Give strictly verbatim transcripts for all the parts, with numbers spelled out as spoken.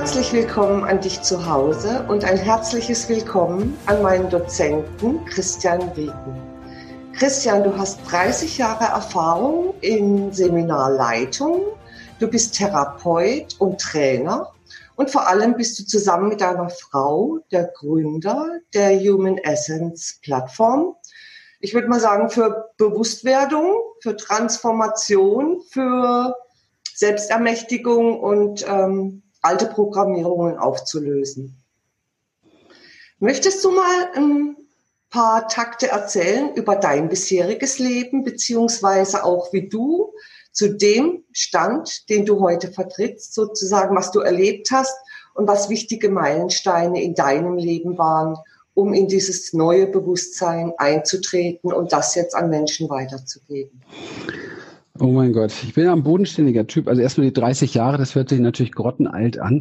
herzlich willkommen an dich zu Hause und ein herzliches Willkommen an meinen Dozenten Christian Rieken. Christian, du hast dreißig Jahre Erfahrung in Seminarleitung, du bist Therapeut und Trainer und vor allem bist du zusammen mit deiner Frau der Gründer der Human Essence Plattform. Ich würde mal sagen, für Bewusstwerdung, für Transformation, für Selbstermächtigung und ähm, alte Programmierungen aufzulösen. Möchtest du mal ein paar Takte erzählen über dein bisheriges Leben, beziehungsweise auch wie du zu dem Stand, den du heute vertrittst, sozusagen, was du erlebt hast und was wichtige Meilensteine in deinem Leben waren, um in dieses neue Bewusstsein einzutreten und das jetzt an Menschen weiterzugeben? Oh mein Gott, ich bin ja ein bodenständiger Typ. Also erstmal die dreißig Jahre, das hört sich natürlich grottenalt an.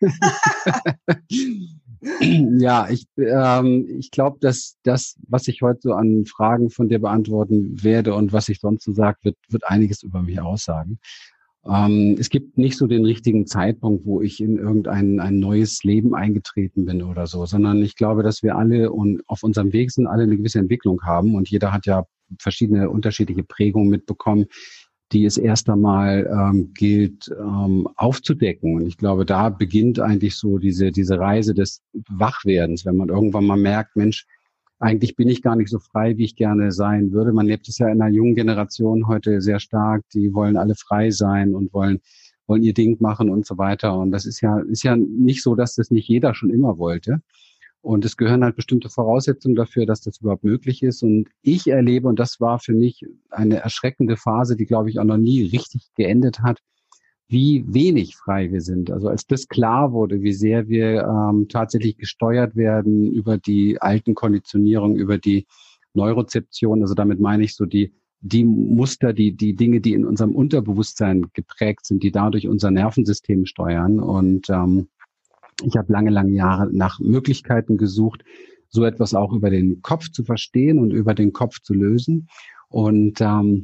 Ja, ich, ähm, ich glaube, dass das, was ich heute so an Fragen von dir beantworten werde und was ich sonst so sage, wird, wird einiges über mich aussagen. Ähm, es gibt nicht so den richtigen Zeitpunkt, wo ich in irgendein ein neues Leben eingetreten bin oder so, sondern ich glaube, dass wir alle und auf unserem Weg sind, alle eine gewisse Entwicklung haben und jeder hat ja verschiedene unterschiedliche Prägungen mitbekommen, die es erst einmal ähm, gilt ähm, aufzudecken. Und ich glaube, da beginnt eigentlich so diese diese Reise des Wachwerdens, wenn man irgendwann mal merkt, Mensch, eigentlich bin ich gar nicht so frei, wie ich gerne sein würde. Man lebt es ja in einer jungen Generation heute sehr stark. Die wollen alle frei sein und wollen wollen ihr Ding machen und so weiter. Und das ist ja ist ja nicht so, dass das nicht jeder schon immer wollte. Und es gehören halt bestimmte Voraussetzungen dafür, dass das überhaupt möglich ist. Und ich erlebe, und das war für mich eine erschreckende Phase, die, glaube ich, auch noch nie richtig geendet hat, wie wenig frei wir sind. Also als das klar wurde, wie sehr wir ähm, tatsächlich gesteuert werden über die alten Konditionierungen, über die Neurozeption. Also damit meine ich so die die Muster, die die Dinge, die in unserem Unterbewusstsein geprägt sind, die dadurch unser Nervensystem steuern. Und ähm, ich habe lange, lange Jahre nach Möglichkeiten gesucht, so etwas auch über den Kopf zu verstehen und über den Kopf zu lösen. Und ähm,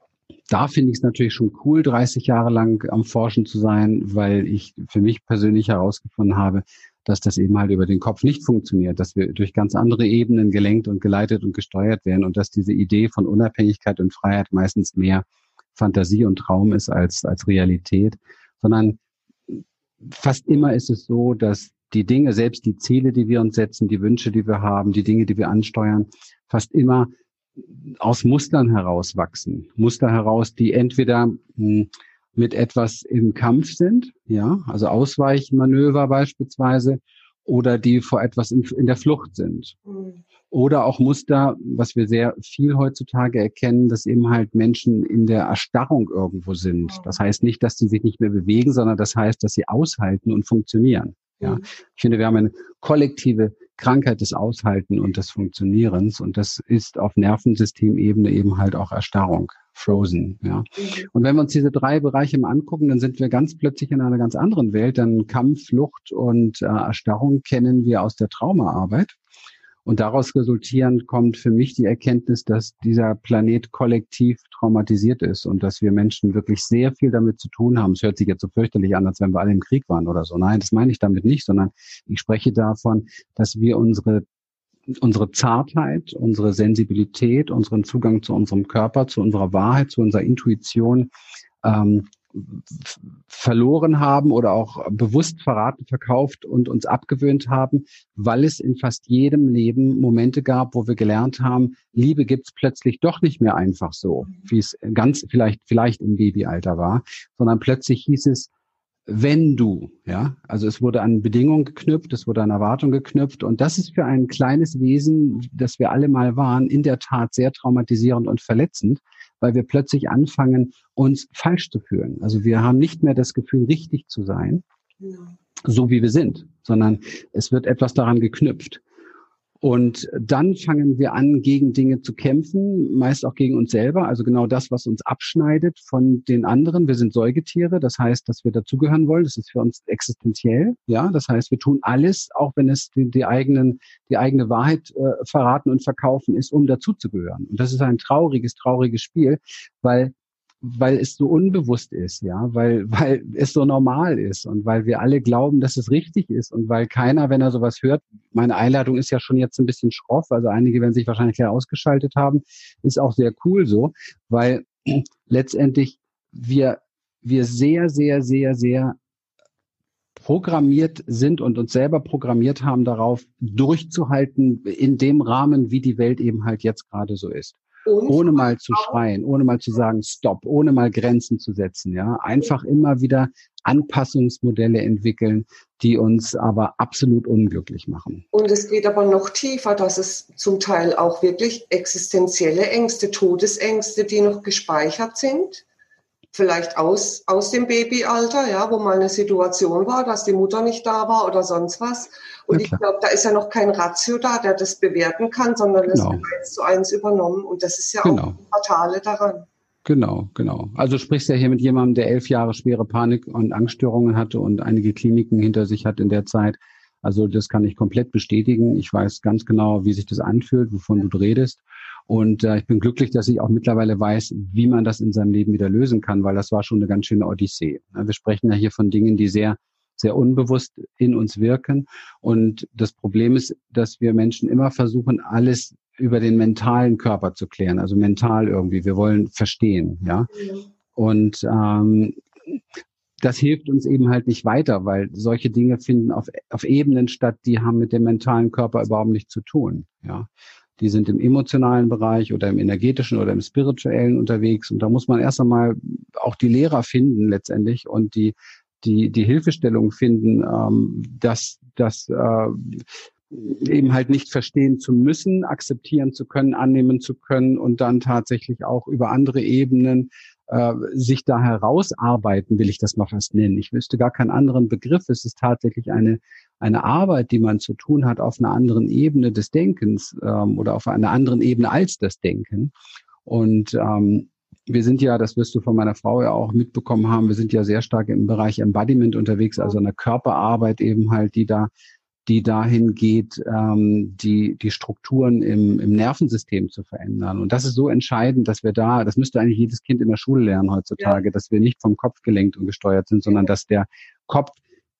da finde ich es natürlich schon cool, dreißig Jahre lang am Forschen zu sein, weil ich für mich persönlich herausgefunden habe, dass das eben halt über den Kopf nicht funktioniert, dass wir durch ganz andere Ebenen gelenkt und geleitet und gesteuert werden und dass diese Idee von Unabhängigkeit und Freiheit meistens mehr Fantasie und Traum ist als als Realität, sondern fast immer ist es so, dass die Dinge, selbst die Ziele, die wir uns setzen, die Wünsche, die wir haben, die Dinge, die wir ansteuern, fast immer aus Mustern herauswachsen. Muster heraus, die entweder mh, mit etwas im Kampf sind, ja, also Ausweichmanöver beispielsweise, oder die vor etwas in, in der Flucht sind. Mhm. Oder auch Muster, was wir sehr viel heutzutage erkennen, dass eben halt Menschen in der Erstarrung irgendwo sind. Das heißt nicht, dass sie sich nicht mehr bewegen, sondern das heißt, dass sie aushalten und funktionieren. Ja, ich finde, wir haben eine kollektive Krankheit des Aushalten und des Funktionierens und das ist auf Nervensystemebene eben halt auch Erstarrung, Frozen. Ja, und wenn wir uns diese drei Bereiche mal angucken, dann sind wir ganz plötzlich in einer ganz anderen Welt. Dann Kampf, Flucht und äh, Erstarrung kennen wir aus der Traumaarbeit. Und daraus resultierend kommt für mich die Erkenntnis, dass dieser Planet kollektiv traumatisiert ist und dass wir Menschen wirklich sehr viel damit zu tun haben. Es hört sich jetzt so fürchterlich an, als wenn wir alle im Krieg waren oder so. Nein, das meine ich damit nicht, sondern ich spreche davon, dass wir unsere unsere Zartheit, unsere Sensibilität, unseren Zugang zu unserem Körper, zu unserer Wahrheit, zu unserer Intuition ähm, verloren haben oder auch bewusst verraten, verkauft und uns abgewöhnt haben, weil es in fast jedem Leben Momente gab, wo wir gelernt haben, Liebe gibt's plötzlich doch nicht mehr einfach so, wie es ganz vielleicht vielleicht im Babyalter war, sondern plötzlich hieß es, wenn du, ja, also es wurde an Bedingungen geknüpft, es wurde an Erwartungen geknüpft und das ist für ein kleines Wesen, das wir alle mal waren, in der Tat sehr traumatisierend und verletzend, weil wir plötzlich anfangen, uns falsch zu fühlen. Also wir haben nicht mehr das Gefühl, richtig zu sein, ja, so wie wir sind, sondern es wird etwas daran geknüpft. Und dann fangen wir an, gegen Dinge zu kämpfen, meist auch gegen uns selber. Also genau das, was uns abschneidet von den anderen. Wir sind Säugetiere, das heißt, dass wir dazugehören wollen. Das ist für uns existenziell. Ja, das heißt, wir tun alles, auch wenn es die, die eigenen, die eigene Wahrheit äh, verraten und verkaufen ist, um dazuzugehören. Und das ist ein trauriges, trauriges Spiel, weil weil es so unbewusst ist, ja, weil, weil es so normal ist und weil wir alle glauben, dass es richtig ist und weil keiner, wenn er sowas hört, meine Einladung ist ja schon jetzt ein bisschen schroff, also einige werden sich wahrscheinlich ja ausgeschaltet haben, ist auch sehr cool so, weil letztendlich wir, wir sehr, sehr, sehr, sehr programmiert sind und uns selber programmiert haben, darauf durchzuhalten in dem Rahmen, wie die Welt eben halt jetzt gerade so ist. Und ohne mal zu schreien, ohne mal zu sagen Stopp, ohne mal Grenzen zu setzen, ja. Einfach immer wieder Anpassungsmodelle entwickeln, die uns aber absolut unglücklich machen. Und es geht aber noch tiefer, dass es zum Teil auch wirklich existenzielle Ängste, Todesängste, die noch gespeichert sind. Vielleicht aus, aus dem Babyalter, ja, wo mal eine Situation war, dass die Mutter nicht da war oder sonst was. Und ich glaube, da ist ja noch kein Ratio da, der das bewerten kann, sondern das genau. wird eins zu eins übernommen. Und das ist ja genau. auch das Fatale daran. Genau, genau. Also sprichst ja hier mit jemandem, der elf Jahre schwere Panik- und Angststörungen hatte und einige Kliniken hinter sich hat in der Zeit. Also das kann ich komplett bestätigen. Ich weiß ganz genau, wie sich das anfühlt, wovon du redest. Und äh, ich bin glücklich, dass ich auch mittlerweile weiß, wie man das in seinem Leben wieder lösen kann, weil das war schon eine ganz schöne Odyssee. Wir sprechen ja hier von Dingen, die sehr, sehr unbewusst in uns wirken. Und das Problem ist, dass wir Menschen immer versuchen, alles über den mentalen Körper zu klären, also mental irgendwie. Wir wollen verstehen, ja. Mhm. Und ähm, das hilft uns eben halt nicht weiter, weil solche Dinge finden auf, auf Ebenen statt, die haben mit dem mentalen Körper überhaupt nichts zu tun, ja. Die sind im emotionalen Bereich oder im energetischen oder im spirituellen unterwegs. Und da muss man erst einmal auch die Lehrer finden letztendlich und die, die, die Hilfestellung finden, ähm, dass, dass, äh, eben halt nicht verstehen zu müssen, akzeptieren zu können, annehmen zu können und dann tatsächlich auch über andere Ebenen äh, sich da herausarbeiten, will ich das mal fast nennen. Ich wüsste gar keinen anderen Begriff. Es ist tatsächlich eine eine Arbeit, die man zu tun hat auf einer anderen Ebene des Denkens ähm, oder auf einer anderen Ebene als das Denken. Und ähm, wir sind ja, das wirst du von meiner Frau ja auch mitbekommen haben, wir sind ja sehr stark im Bereich Embodiment unterwegs, also eine Körperarbeit eben halt, die da die dahin geht, ähm, die die Strukturen im, im Nervensystem zu verändern. Und das ist so entscheidend, dass wir da, das müsste eigentlich jedes Kind in der Schule lernen heutzutage, ja. dass wir nicht vom Kopf gelenkt und gesteuert sind, sondern dass der Kopf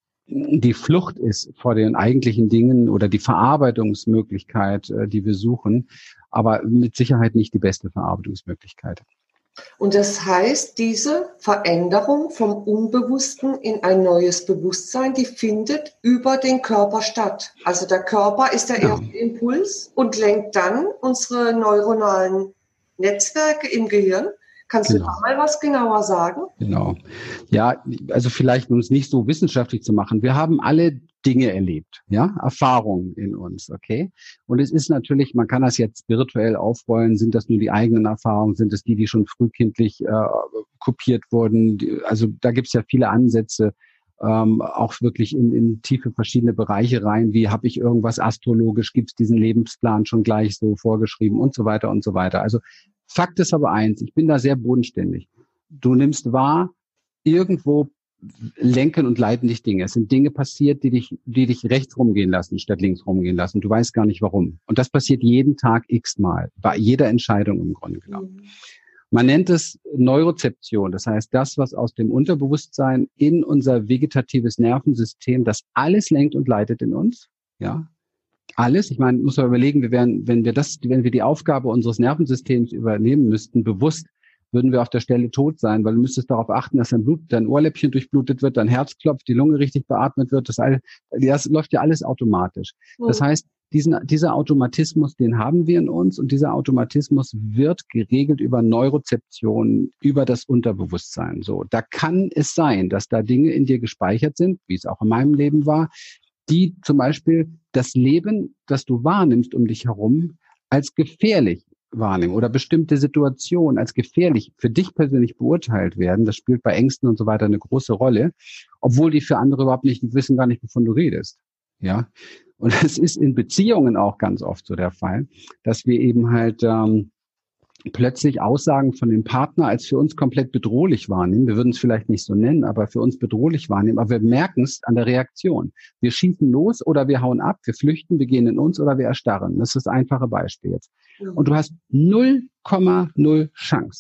die Flucht ist vor den eigentlichen Dingen oder die Verarbeitungsmöglichkeit, äh, die wir suchen, aber mit Sicherheit nicht die beste Verarbeitungsmöglichkeit. Und das heißt, diese Veränderung vom Unbewussten in ein neues Bewusstsein, die findet über den Körper statt. Also der Körper ist der erste ja. Impuls und lenkt dann unsere neuronalen Netzwerke im Gehirn. Kannst genau. du da mal was genauer sagen? Genau. Ja, also vielleicht, um es nicht so wissenschaftlich zu machen, wir haben alle Dinge erlebt, ja, Erfahrungen in uns, okay? Und es ist natürlich, man kann das jetzt spirituell aufrollen, sind das nur die eigenen Erfahrungen, sind es die, die schon frühkindlich äh, kopiert wurden? Die, also da gibt es ja viele Ansätze, ähm, auch wirklich in, in tiefe verschiedene Bereiche rein, wie habe ich irgendwas astrologisch, gibt es diesen Lebensplan schon gleich so vorgeschrieben und so weiter und so weiter. Also Fakt ist aber eins, ich bin da sehr bodenständig. Du nimmst wahr, irgendwo lenken und leiten dich Dinge. Es sind Dinge passiert, die dich, die dich rechts rumgehen lassen, statt links rumgehen lassen. Du weißt gar nicht warum. Und das passiert jeden Tag x-mal, bei jeder Entscheidung im Grunde genommen. Mhm. Man nennt es Neurozeption. Das heißt, das, was aus dem Unterbewusstsein in unser vegetatives Nervensystem, das alles lenkt und leitet in uns, ja. Alles. Ich meine, muss man überlegen, wir wären, wenn wir das, wenn wir die Aufgabe unseres Nervensystems übernehmen müssten, bewusst, würden wir auf der Stelle tot sein, weil du müsstest darauf achten, dass dein Blut, dein Ohrläppchen durchblutet wird, dein Herz klopft, die Lunge richtig beatmet wird. Das, all, das läuft ja alles automatisch. Mhm. Das heißt, diesen, dieser Automatismus, den haben wir in uns und dieser Automatismus wird geregelt über Neurozeption, über das Unterbewusstsein. So, da kann es sein, dass da Dinge in dir gespeichert sind, wie es auch in meinem Leben war, die zum Beispiel das Leben, das du wahrnimmst um dich herum, als gefährlich wahrnehmen oder bestimmte Situationen als gefährlich für dich persönlich beurteilt werden. Das spielt bei Ängsten und so weiter eine große Rolle, obwohl die für andere überhaupt nicht, die wissen gar nicht, wovon du redest. Ja, und es ist in Beziehungen auch ganz oft so der Fall, dass wir eben halt ähm, plötzlich Aussagen von dem Partner als für uns komplett bedrohlich wahrnehmen. Wir würden es vielleicht nicht so nennen, aber für uns bedrohlich wahrnehmen. Aber wir merken es an der Reaktion. Wir schießen los oder wir hauen ab, wir flüchten, wir gehen in uns oder wir erstarren. Das ist das einfache Beispiel jetzt. Und du hast null Komma null Chance,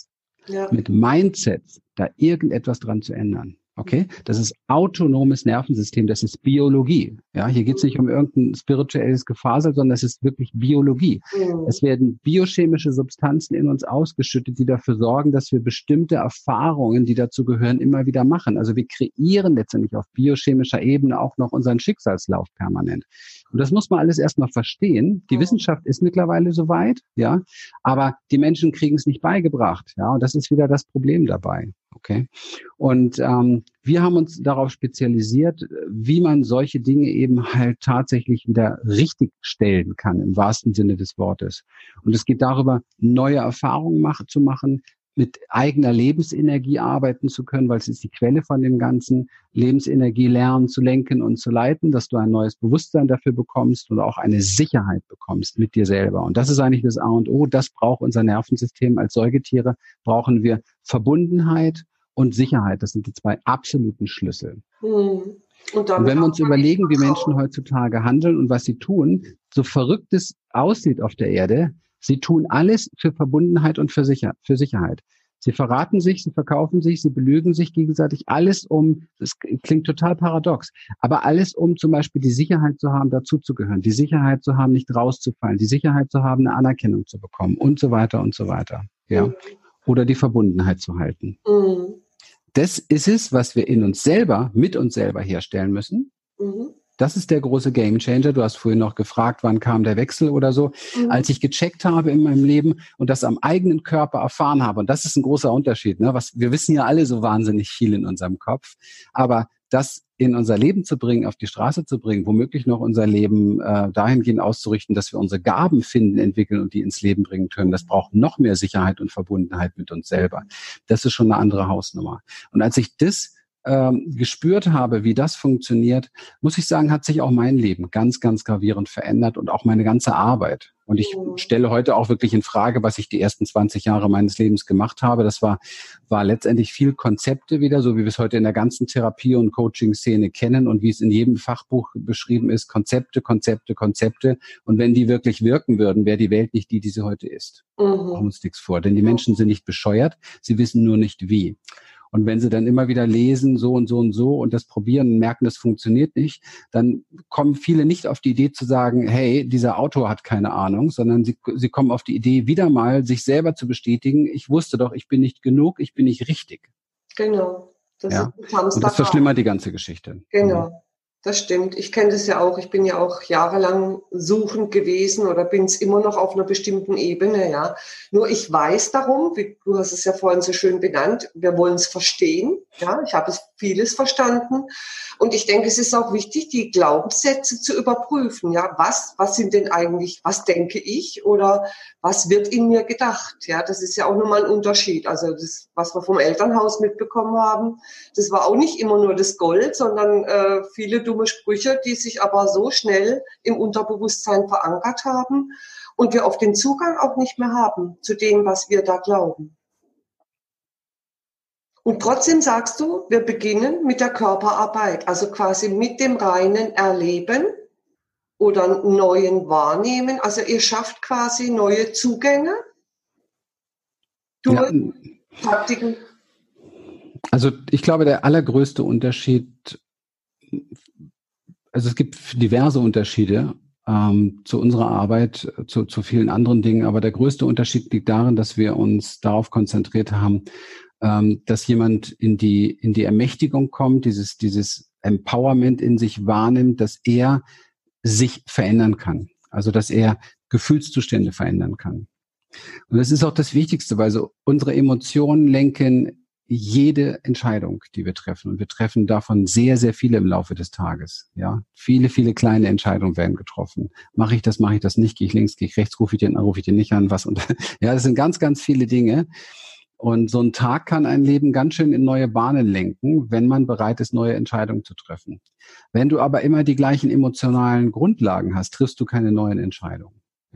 Ja. mit Mindsets da irgendetwas dran zu ändern. Okay, das ist autonomes Nervensystem, das ist Biologie. Ja, hier geht es nicht um irgendein spirituelles Gefasel, sondern es ist wirklich Biologie. Mhm. Es werden biochemische Substanzen in uns ausgeschüttet, die dafür sorgen, dass wir bestimmte Erfahrungen, die dazu gehören, immer wieder machen. Also wir kreieren letztendlich auf biochemischer Ebene auch noch unseren Schicksalslauf permanent. Und das muss man alles erstmal verstehen. Die Wissenschaft ist mittlerweile soweit, ja, aber die Menschen kriegen es nicht beigebracht. Ja, und das ist wieder das Problem dabei. Okay. Und ähm, wir haben uns darauf spezialisiert, wie man solche Dinge eben halt tatsächlich wieder richtig stellen kann, im wahrsten Sinne des Wortes. Und es geht darüber, neue Erfahrungen mach, zu machen, mit eigener Lebensenergie arbeiten zu können, weil es ist die Quelle von dem Ganzen, Lebensenergie lernen zu lenken und zu leiten, dass du ein neues Bewusstsein dafür bekommst und auch eine Sicherheit bekommst mit dir selber. Und das ist eigentlich das A und O, das braucht unser Nervensystem. Als Säugetiere brauchen wir Verbundenheit und Sicherheit. Das sind die zwei absoluten Schlüssel. Hm. Und, und wenn wir uns überlegen, wie Menschen heutzutage handeln und was sie tun, so verrückt es aussieht auf der Erde, sie tun alles für Verbundenheit und für, Sicher- für Sicherheit. Sie verraten sich, sie verkaufen sich, sie belügen sich gegenseitig. Alles um, das klingt total paradox, aber alles um zum Beispiel die Sicherheit zu haben, dazuzugehören, die Sicherheit zu haben, nicht rauszufallen, die Sicherheit zu haben, eine Anerkennung zu bekommen und so weiter und so weiter. Ja. Oder die Verbundenheit zu halten. Mhm. Das ist es, was wir in uns selber, mit uns selber herstellen müssen. Mhm. Das ist der große Gamechanger. Du hast vorhin noch gefragt, wann kam der Wechsel oder so. Mhm. Als ich gecheckt habe in meinem Leben und das am eigenen Körper erfahren habe, und das ist ein großer Unterschied, ne? Was, wir wissen ja alle so wahnsinnig viel in unserem Kopf, aber das in unser Leben zu bringen, auf die Straße zu bringen, womöglich noch unser Leben äh, dahingehend auszurichten, dass wir unsere Gaben finden, entwickeln und die ins Leben bringen können, das braucht noch mehr Sicherheit und Verbundenheit mit uns selber. Das ist schon eine andere Hausnummer. Und als ich das ähm, gespürt habe, wie das funktioniert, muss ich sagen, hat sich auch mein Leben ganz, ganz gravierend verändert und auch meine ganze Arbeit. Und ich stelle heute auch wirklich in Frage, was ich die ersten zwanzig Jahre meines Lebens gemacht habe. Das war, war letztendlich viel Konzepte wieder, so wie wir es heute in der ganzen Therapie- und Coaching-Szene kennen und wie es in jedem Fachbuch beschrieben ist. Konzepte, Konzepte, Konzepte. Und wenn die wirklich wirken würden, wäre die Welt nicht die, die sie heute ist. Mhm. Machen wir uns nichts vor. Denn die Menschen sind nicht bescheuert. Sie wissen nur nicht wie. Und wenn sie dann immer wieder lesen, so und so und so und das probieren und merken, das funktioniert nicht, dann kommen viele nicht auf die Idee zu sagen, hey, dieser Autor hat keine Ahnung, sondern sie, sie kommen auf die Idee, wieder mal sich selber zu bestätigen, ich wusste doch, ich bin nicht genug, ich bin nicht richtig. Genau. Das ja? ist und das verschlimmert die ganze Geschichte. Genau. Das stimmt. Ich kenne das ja auch. Ich bin ja auch jahrelang suchend gewesen oder bin es immer noch auf einer bestimmten Ebene, ja. Nur ich weiß darum, wie, du hast es ja vorhin so schön benannt, wir wollen es verstehen, ja. Ich habe es vieles verstanden. Und ich denke, es ist auch wichtig, die Glaubenssätze zu überprüfen, ja. Was, was sind denn eigentlich, was denke ich oder was wird in mir gedacht, ja. Das ist ja auch nochmal ein Unterschied. Also das, was wir vom Elternhaus mitbekommen haben, das war auch nicht immer nur das Gold, sondern äh, viele dumme Sprüche, die sich aber so schnell im Unterbewusstsein verankert haben und wir oft den Zugang auch nicht mehr haben zu dem, was wir da glauben. Und trotzdem sagst du, wir beginnen mit der Körperarbeit, also quasi mit dem reinen Erleben oder neuen Wahrnehmen. Also ihr schafft quasi neue Zugänge durch ja. Praktiken. Also ich glaube, der allergrößte Unterschied, also es gibt diverse Unterschiede ähm, zu unserer Arbeit, zu, zu vielen anderen Dingen, aber der größte Unterschied liegt darin, dass wir uns darauf konzentriert haben, ähm, dass jemand in die in die Ermächtigung kommt, dieses dieses Empowerment in sich wahrnimmt, dass er sich verändern kann, also dass er Gefühlszustände verändern kann. Und das ist auch das Wichtigste, weil so unsere Emotionen lenken jede Entscheidung, die wir treffen. Und wir treffen davon sehr, sehr viele im Laufe des Tages. Ja, viele, viele kleine Entscheidungen werden getroffen. Mache ich das, mache ich das nicht? Gehe ich links, gehe ich rechts? Rufe ich den an, rufe ich den nicht an? Was? Und ja, das sind ganz, ganz viele Dinge. Und so ein Tag kann ein Leben ganz schön in neue Bahnen lenken, wenn man bereit ist, neue Entscheidungen zu treffen. Wenn du aber immer die gleichen emotionalen Grundlagen hast, triffst du keine neuen Entscheidungen.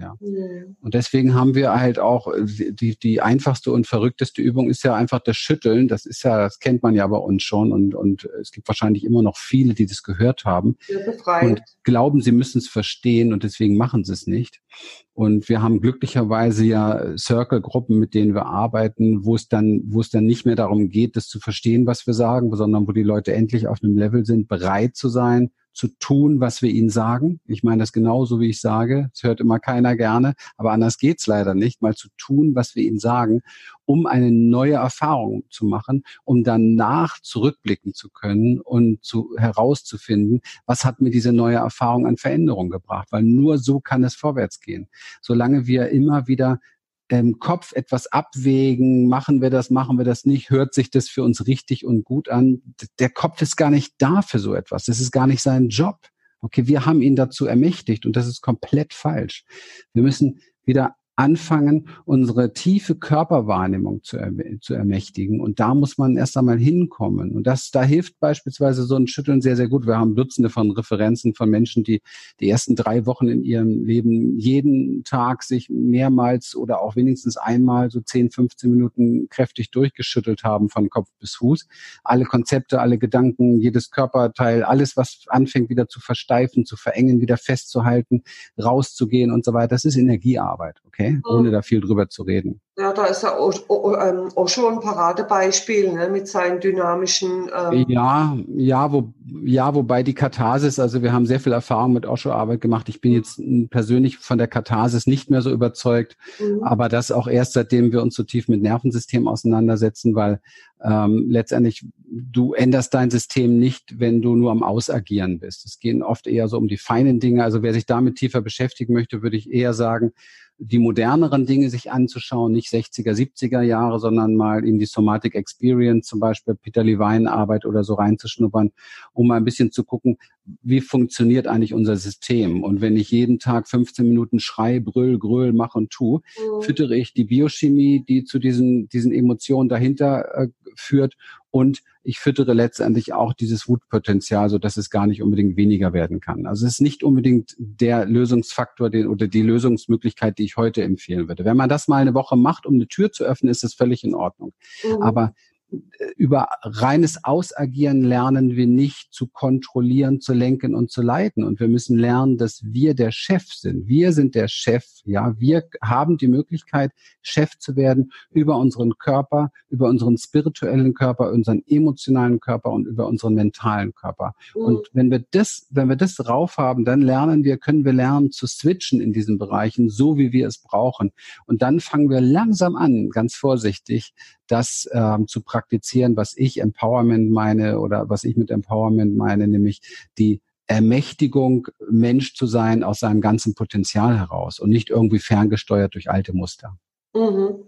Ja. Mhm. Und deswegen haben wir halt auch, die, die einfachste und verrückteste Übung ist ja einfach das Schütteln. Das ist ja, das kennt man ja bei uns schon. Und, und es gibt wahrscheinlich immer noch viele, die das gehört haben Sehr befreiend. und glauben, sie müssen es verstehen und deswegen machen sie es nicht. Und wir haben glücklicherweise ja Circle-Gruppen, mit denen wir arbeiten, wo es dann, wo es dann nicht mehr darum geht, das zu verstehen, was wir sagen, sondern wo die Leute endlich auf einem Level sind, bereit zu sein, zu tun, was wir ihnen sagen. Ich meine das genauso, wie ich sage. Es hört immer keiner gerne, aber anders geht's leider nicht. Mal zu tun, was wir ihnen sagen, um eine neue Erfahrung zu machen, um danach zurückblicken zu können und zu herauszufinden, was hat mir diese neue Erfahrung an Veränderung gebracht. Weil nur so kann es vorwärts gehen. Solange wir immer wieder im Kopf etwas abwägen, machen wir das, machen wir das nicht, hört sich das für uns richtig und gut an. Der Kopf ist gar nicht da für so etwas. Das ist gar nicht sein Job. Okay, wir haben ihn dazu ermächtigt und das ist komplett falsch. Wir müssen wieder anfangen, unsere tiefe Körperwahrnehmung zu, erm- zu ermächtigen. Und da muss man erst einmal hinkommen. Und das, da hilft beispielsweise so ein Schütteln sehr, sehr gut. Wir haben Dutzende von Referenzen von Menschen, die die ersten drei Wochen in ihrem Leben jeden Tag sich mehrmals oder auch wenigstens einmal so zehn, fünfzehn Minuten kräftig durchgeschüttelt haben von Kopf bis Fuß. Alle Konzepte, alle Gedanken, jedes Körperteil, alles, was anfängt wieder zu versteifen, zu verengen, wieder festzuhalten, rauszugehen und so weiter. Das ist Energiearbeit, okay? Ohne da viel drüber zu reden. Ja, da ist ja auch, auch, ähm, auch schon ein Paradebeispiel, ne, mit seinen dynamischen. Ähm Ja, ja, wo, ja, wobei die Katharsis, also wir haben sehr viel Erfahrung mit Osho-Arbeit gemacht. Ich bin jetzt persönlich von der Katharsis nicht mehr so überzeugt, mhm. aber das auch erst, seitdem wir uns so tief mit Nervensystem auseinandersetzen, weil ähm, letztendlich du änderst dein System nicht, wenn du nur am Ausagieren bist. Es gehen oft eher so um die feinen Dinge. Also wer sich damit tiefer beschäftigen möchte, würde ich eher sagen, die moderneren Dinge sich anzuschauen, nicht sechziger, siebziger Jahre, sondern mal in die Somatic Experience, zum Beispiel Peter Levine Arbeit oder so reinzuschnuppern, um mal ein bisschen zu gucken, wie funktioniert eigentlich unser System. Und wenn ich jeden Tag fünfzehn Minuten schrei, brüll, gröl, mach und tu, Mhm. füttere ich die Biochemie, die zu diesen, diesen Emotionen dahinter äh, führt, und ich füttere letztendlich auch dieses Wutpotenzial, so dass es gar nicht unbedingt weniger werden kann. Also es ist nicht unbedingt der Lösungsfaktor den, oder die Lösungsmöglichkeit, die ich heute empfehlen würde. Wenn man das mal eine Woche macht, um eine Tür zu öffnen, ist das völlig in Ordnung. Mhm. Aber über reines Ausagieren lernen wir nicht zu kontrollieren, zu lenken und zu leiten. Und wir müssen lernen, dass wir der Chef sind. Wir sind der Chef. Ja, wir haben die Möglichkeit, Chef zu werden über unseren Körper, über unseren spirituellen Körper, unseren emotionalen Körper und über unseren mentalen Körper. Mhm. Und wenn wir das, wenn wir das drauf haben, dann lernen wir, können wir lernen zu switchen in diesen Bereichen, so wie wir es brauchen. Und dann fangen wir langsam an, ganz vorsichtig, das ähm, zu praktizieren, was ich Empowerment meine oder was ich mit Empowerment meine, nämlich die Ermächtigung, Mensch zu sein aus seinem ganzen Potenzial heraus und nicht irgendwie ferngesteuert durch alte Muster. Mhm.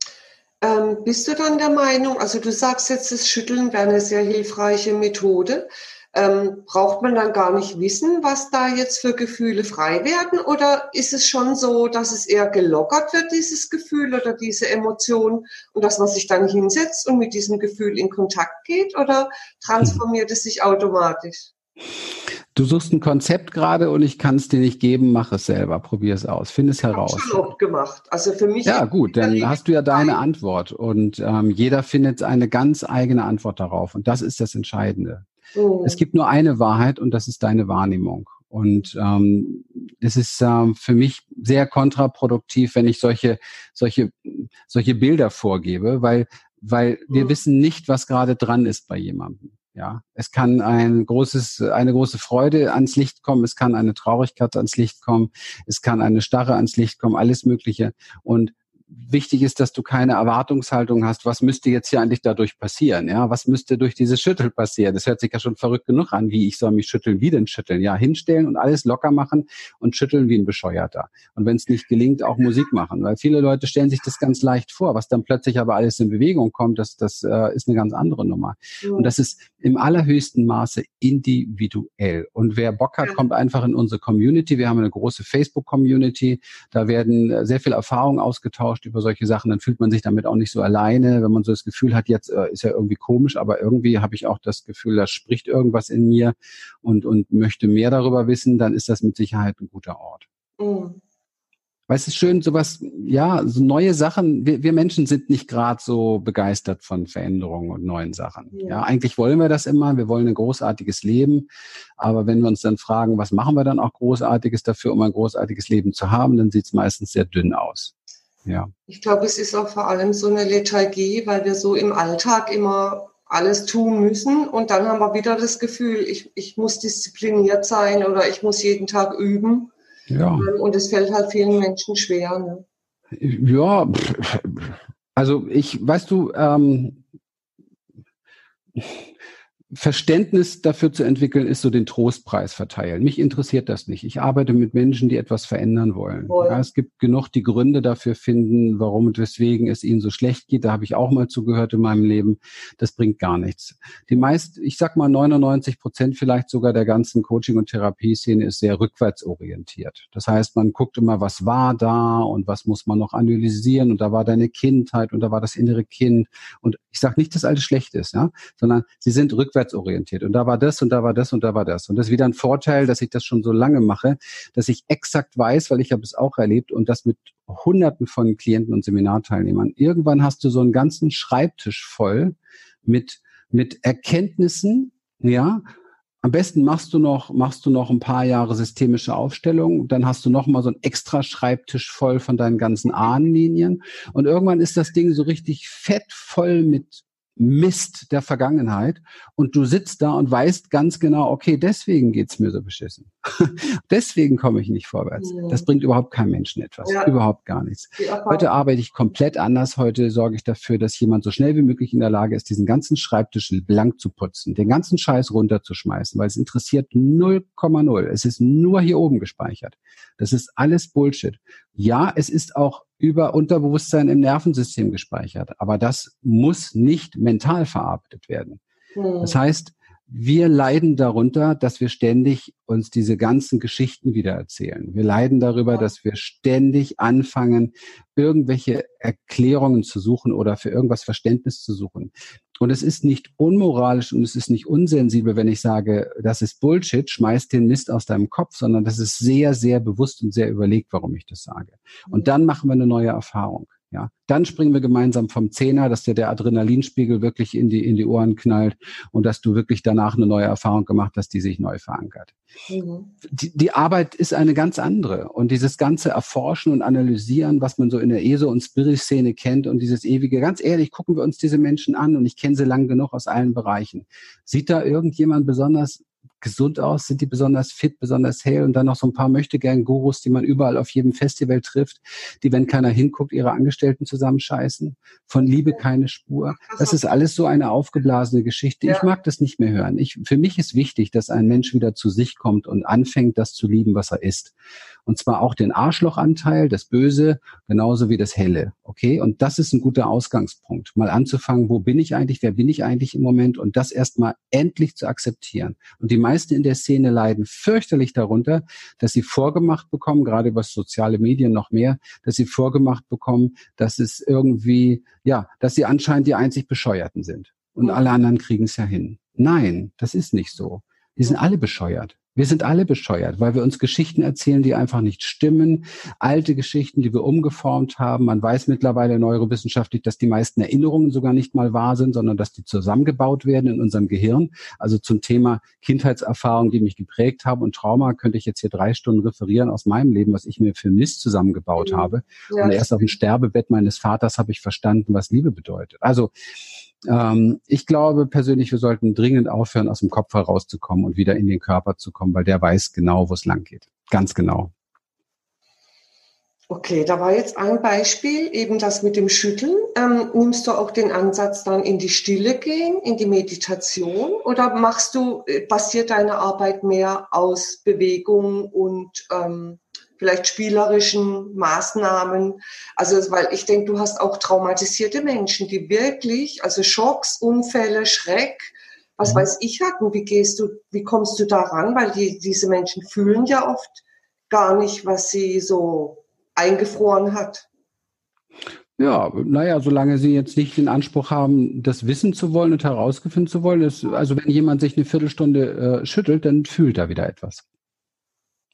Ähm, bist du dann der Meinung, also du sagst jetzt, das Schütteln wäre eine sehr hilfreiche Methode. Ähm, braucht man dann gar nicht wissen, was da jetzt für Gefühle frei werden? Oder ist es schon so, dass es eher gelockert wird, dieses Gefühl oder diese Emotion, und dass man sich dann hinsetzt und mit diesem Gefühl in Kontakt geht? Oder transformiert es sich automatisch? Du suchst ein Konzept gerade und ich kann es dir nicht geben, mach es selber, probier es aus, finde es Ich habe heraus. schon oft gemacht. Also für mich. Ja, gut, dann hast du ja deine Antwort und ähm, jeder findet eine ganz eigene Antwort darauf und das ist das Entscheidende. Mhm. Es gibt nur eine Wahrheit und das ist deine Wahrnehmung. Und ähm, es ist ähm, für mich sehr kontraproduktiv, wenn ich solche solche solche Bilder vorgebe, weil weil wir Mhm. wissen nicht, was gerade dran ist bei jemandem. Ja, es kann ein großes eine große Freude ans Licht kommen, es kann eine Traurigkeit ans Licht kommen, es kann eine Starre ans Licht kommen, alles Mögliche. Und wichtig ist, dass du keine Erwartungshaltung hast, was müsste jetzt hier eigentlich dadurch passieren? Ja, was müsste durch dieses Schütteln passieren? Das hört sich ja schon verrückt genug an, wie ich soll mich schütteln, wie denn schütteln? Ja, hinstellen und alles locker machen und schütteln wie ein Bescheuerter. Und wenn es nicht gelingt, auch Musik machen, weil viele Leute stellen sich das ganz leicht vor, was dann plötzlich aber alles in Bewegung kommt, das, das äh, ist eine ganz andere Nummer. Mhm. Und das ist im allerhöchsten Maße individuell. Und wer Bock hat, kommt einfach in unsere Community. Wir haben eine große Facebook-Community. Da werden sehr viel Erfahrung ausgetauscht über solche Sachen. Dann fühlt man sich damit auch nicht so alleine. Wenn man so das Gefühl hat, jetzt äh, ist ja irgendwie komisch, aber irgendwie habe ich auch das Gefühl, da spricht irgendwas in mir und, und möchte mehr darüber wissen, dann ist das mit Sicherheit ein guter Ort. Mhm. Weil es ist schön, sowas, ja, so neue Sachen, wir, wir Menschen sind nicht gerade so begeistert von Veränderungen und neuen Sachen. Ja. ja, eigentlich wollen wir das immer, wir wollen ein großartiges Leben, aber wenn wir uns dann fragen, was machen wir dann auch Großartiges dafür, um ein großartiges Leben zu haben, dann sieht es meistens sehr dünn aus. Ja. Ich glaube, es ist auch vor allem so eine Lethargie, weil wir so im Alltag immer alles tun müssen und dann haben wir wieder das Gefühl, ich, ich muss diszipliniert sein oder ich muss jeden Tag üben. Ja. Und es fällt halt vielen Menschen schwer. Ne? Ja, also ich, weißt du, ähm, Verständnis dafür zu entwickeln, ist so den Trostpreis verteilen. Mich interessiert das nicht. Ich arbeite mit Menschen, die etwas verändern wollen. Ja, es gibt genug, die Gründe dafür finden, warum und weswegen es ihnen so schlecht geht. Da habe ich auch mal zugehört in meinem Leben. Das bringt gar nichts. Die meist, ich sag mal neunundneunzig Prozent vielleicht sogar der ganzen Coaching- und Therapieszene ist sehr rückwärtsorientiert. Das heißt, man guckt immer, was war da und was muss man noch analysieren und da war deine Kindheit und da war das innere Kind. Und ich sage nicht, dass alles schlecht ist, ja, sondern sie sind rückwärts orientiert. Und da war das und da war das und da war das. Und das ist wieder ein Vorteil, dass ich das schon so lange mache, dass ich exakt weiß, weil ich habe es auch erlebt und das mit Hunderten von Klienten und Seminarteilnehmern. Irgendwann hast du so einen ganzen Schreibtisch voll mit, mit Erkenntnissen, ja. Am besten machst du noch, machst du noch ein paar Jahre systemische Aufstellung, dann hast du noch mal so einen extra Schreibtisch voll von deinen ganzen Ahnenlinien und irgendwann ist das Ding so richtig fett voll mit Mist der Vergangenheit und du sitzt da und weißt ganz genau, okay, deswegen geht's mir so beschissen. Deswegen komme ich nicht vorwärts. Ja. Das bringt überhaupt keinem Menschen etwas. Ja. Überhaupt gar nichts. Heute arbeite ich komplett anders. Heute sorge ich dafür, dass jemand so schnell wie möglich in der Lage ist, diesen ganzen Schreibtisch blank zu putzen, den ganzen Scheiß runterzuschmeißen, weil es interessiert null Komma null. Es ist nur hier oben gespeichert. Das ist alles Bullshit. Ja, es ist auch über Unterbewusstsein im Nervensystem gespeichert. Aber das muss nicht mental verarbeitet werden. Mhm. Das heißt, wir leiden darunter, dass wir ständig uns diese ganzen Geschichten wieder erzählen. Wir leiden darüber, dass wir ständig anfangen, irgendwelche Erklärungen zu suchen oder für irgendwas Verständnis zu suchen. Und es ist nicht unmoralisch und es ist nicht unsensibel, wenn ich sage, das ist Bullshit, schmeiß den Mist aus deinem Kopf, sondern das ist sehr, sehr bewusst und sehr überlegt, warum ich das sage. Und dann machen wir eine neue Erfahrung. Ja, dann springen wir gemeinsam vom Zehner, dass dir der Adrenalinspiegel wirklich in die in die Ohren knallt und dass du wirklich danach eine neue Erfahrung gemacht hast, die sich neu verankert. Mhm. Die, die Arbeit ist eine ganz andere und dieses ganze Erforschen und Analysieren, was man so in der E S O- und Spirit-Szene kennt und dieses ewige, ganz ehrlich, gucken wir uns diese Menschen an und ich kenne sie lang genug aus allen Bereichen. Sieht da irgendjemand besonders gesund aus? Sind die besonders fit, besonders hell? Und dann noch so ein paar Möchtegern-Gurus, die man überall auf jedem Festival trifft, die, wenn keiner hinguckt, ihre Angestellten zusammenscheißen. Von Liebe keine Spur. Das ist alles so eine aufgeblasene Geschichte. Ich mag das nicht mehr hören. Ich, für mich ist wichtig, dass ein Mensch wieder zu sich kommt und anfängt, das zu lieben, was er ist. Und zwar auch den Arschlochanteil, das Böse, genauso wie das Helle. Okay? Und das ist ein guter Ausgangspunkt. Mal anzufangen, wo bin ich eigentlich, wer bin ich eigentlich im Moment? Und das erstmal endlich zu akzeptieren. Und die meisten in der Szene leiden fürchterlich darunter, dass sie vorgemacht bekommen, gerade über soziale Medien noch mehr, dass sie vorgemacht bekommen, dass es irgendwie, ja, dass sie anscheinend die einzig Bescheuerten sind. Und alle anderen kriegen es ja hin. Nein, das ist nicht so. Die sind alle bescheuert. Wir sind alle bescheuert, weil wir uns Geschichten erzählen, die einfach nicht stimmen. Alte Geschichten, die wir umgeformt haben. Man weiß mittlerweile neurowissenschaftlich, dass die meisten Erinnerungen sogar nicht mal wahr sind, sondern dass die zusammengebaut werden in unserem Gehirn. Also zum Thema Kindheitserfahrungen, die mich geprägt haben und Trauma, könnte ich jetzt hier drei Stunden referieren aus meinem Leben, was ich mir für Mist zusammengebaut mhm. habe. Ja. Und erst auf dem Sterbebett meines Vaters habe ich verstanden, was Liebe bedeutet. Also Ähm, ich glaube persönlich, wir sollten dringend aufhören, aus dem Kopf herauszukommen und wieder in den Körper zu kommen, weil der weiß genau, wo es lang geht. Ganz genau. Okay, da war jetzt ein Beispiel, eben das mit dem Schütteln. Ähm, nimmst du auch den Ansatz dann in die Stille gehen, in die Meditation, oder machst du, basiert deine Arbeit mehr aus Bewegung und ähm, vielleicht spielerischen Maßnahmen? Also, weil ich denke, du hast auch traumatisierte Menschen, die wirklich, also Schocks, Unfälle, Schreck, was mhm. weiß ich hatten. Wie gehst du, wie kommst du daran? Weil die, diese Menschen fühlen ja oft gar nicht, was sie so eingefroren hat. Ja, naja, solange sie jetzt nicht den Anspruch haben, das wissen zu wollen und herausfinden zu wollen, ist, also wenn jemand sich eine Viertelstunde äh, schüttelt, dann fühlt er wieder etwas.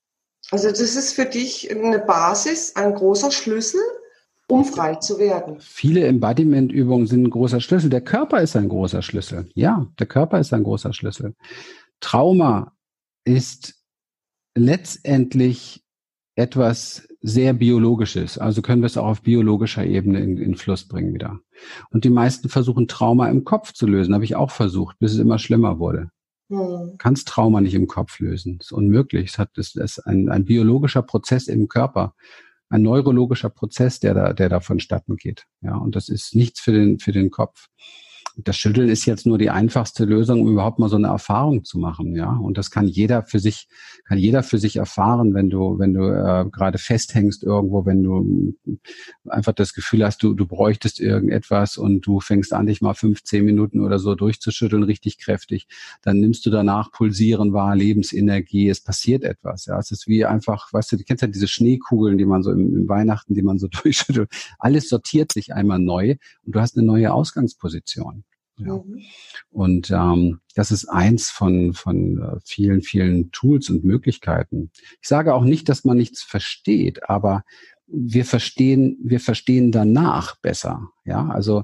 Also das ist für dich eine Basis, ein großer Schlüssel, um frei zu werden. Viele Embodiment-Übungen sind ein großer Schlüssel. Der Körper ist ein großer Schlüssel. Ja, der Körper ist ein großer Schlüssel. Trauma ist letztendlich etwas sehr Biologisches. Also können wir es auch auf biologischer Ebene in, in Fluss bringen wieder. Und die meisten versuchen Trauma im Kopf zu lösen. Habe ich auch versucht, bis es immer schlimmer wurde. Hm. Kannst Trauma nicht im Kopf lösen. Das ist unmöglich. Es hat, es ist ein, ein biologischer Prozess im Körper. Ein neurologischer Prozess, der da, der da vonstatten geht. Ja, und das ist nichts für den, für den Kopf. Das Schütteln ist jetzt nur die einfachste Lösung, um überhaupt mal so eine Erfahrung zu machen, ja. Und das kann jeder für sich, kann jeder für sich erfahren, wenn du, wenn du äh, gerade festhängst irgendwo, wenn du einfach das Gefühl hast, du, du bräuchtest irgendetwas und du fängst an, dich mal fünfzehn Minuten oder so durchzuschütteln, richtig kräftig. Dann nimmst du danach Pulsieren wahr, Lebensenergie, es passiert etwas, ja. Es ist wie einfach, weißt du, du kennst ja diese Schneekugeln, die man so im, im Weihnachten, die man so durchschüttelt. Alles sortiert sich einmal neu und du hast eine neue Ausgangsposition. Ja. Mhm. Und ähm, das ist eins von von äh, vielen, vielen Tools und Möglichkeiten. Ich sage auch nicht, dass man nichts versteht, aber wir verstehen, wir verstehen danach besser. Ja, also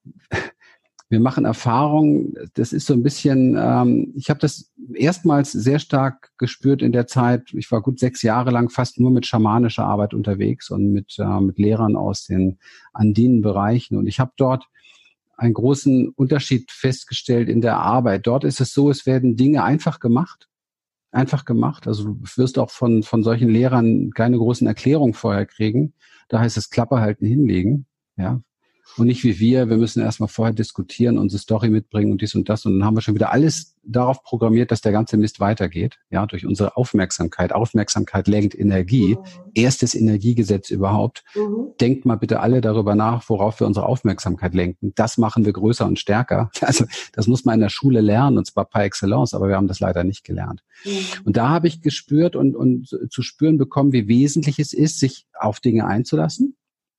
wir machen Erfahrungen. Das ist so ein bisschen. Ähm, ich habe das erstmals sehr stark gespürt in der Zeit. Ich war gut sechs Jahre lang fast nur mit schamanischer Arbeit unterwegs und mit äh, mit Lehrern aus den andinen Bereichen. Und ich habe dort einen großen Unterschied festgestellt in der Arbeit. Dort ist es so, es werden Dinge einfach gemacht. Einfach gemacht. Also du wirst auch von, von solchen Lehrern keine großen Erklärungen vorher kriegen. Da heißt es Klappe halten, hinlegen. Ja. Und nicht wie wir, wir müssen erstmal vorher diskutieren, unsere Story mitbringen und dies und das. Und dann haben wir schon wieder alles darauf programmiert, dass der ganze Mist weitergeht. Ja, durch unsere Aufmerksamkeit. Aufmerksamkeit lenkt Energie. Mhm. Erstes Energiegesetz überhaupt. Mhm. Denkt mal bitte alle darüber nach, worauf wir unsere Aufmerksamkeit lenken. Das machen wir größer und stärker. Also das muss man in der Schule lernen, und zwar par excellence, aber wir haben das leider nicht gelernt. Mhm. Und da habe ich gespürt und, und zu spüren bekommen, wie wesentlich es ist, sich auf Dinge einzulassen.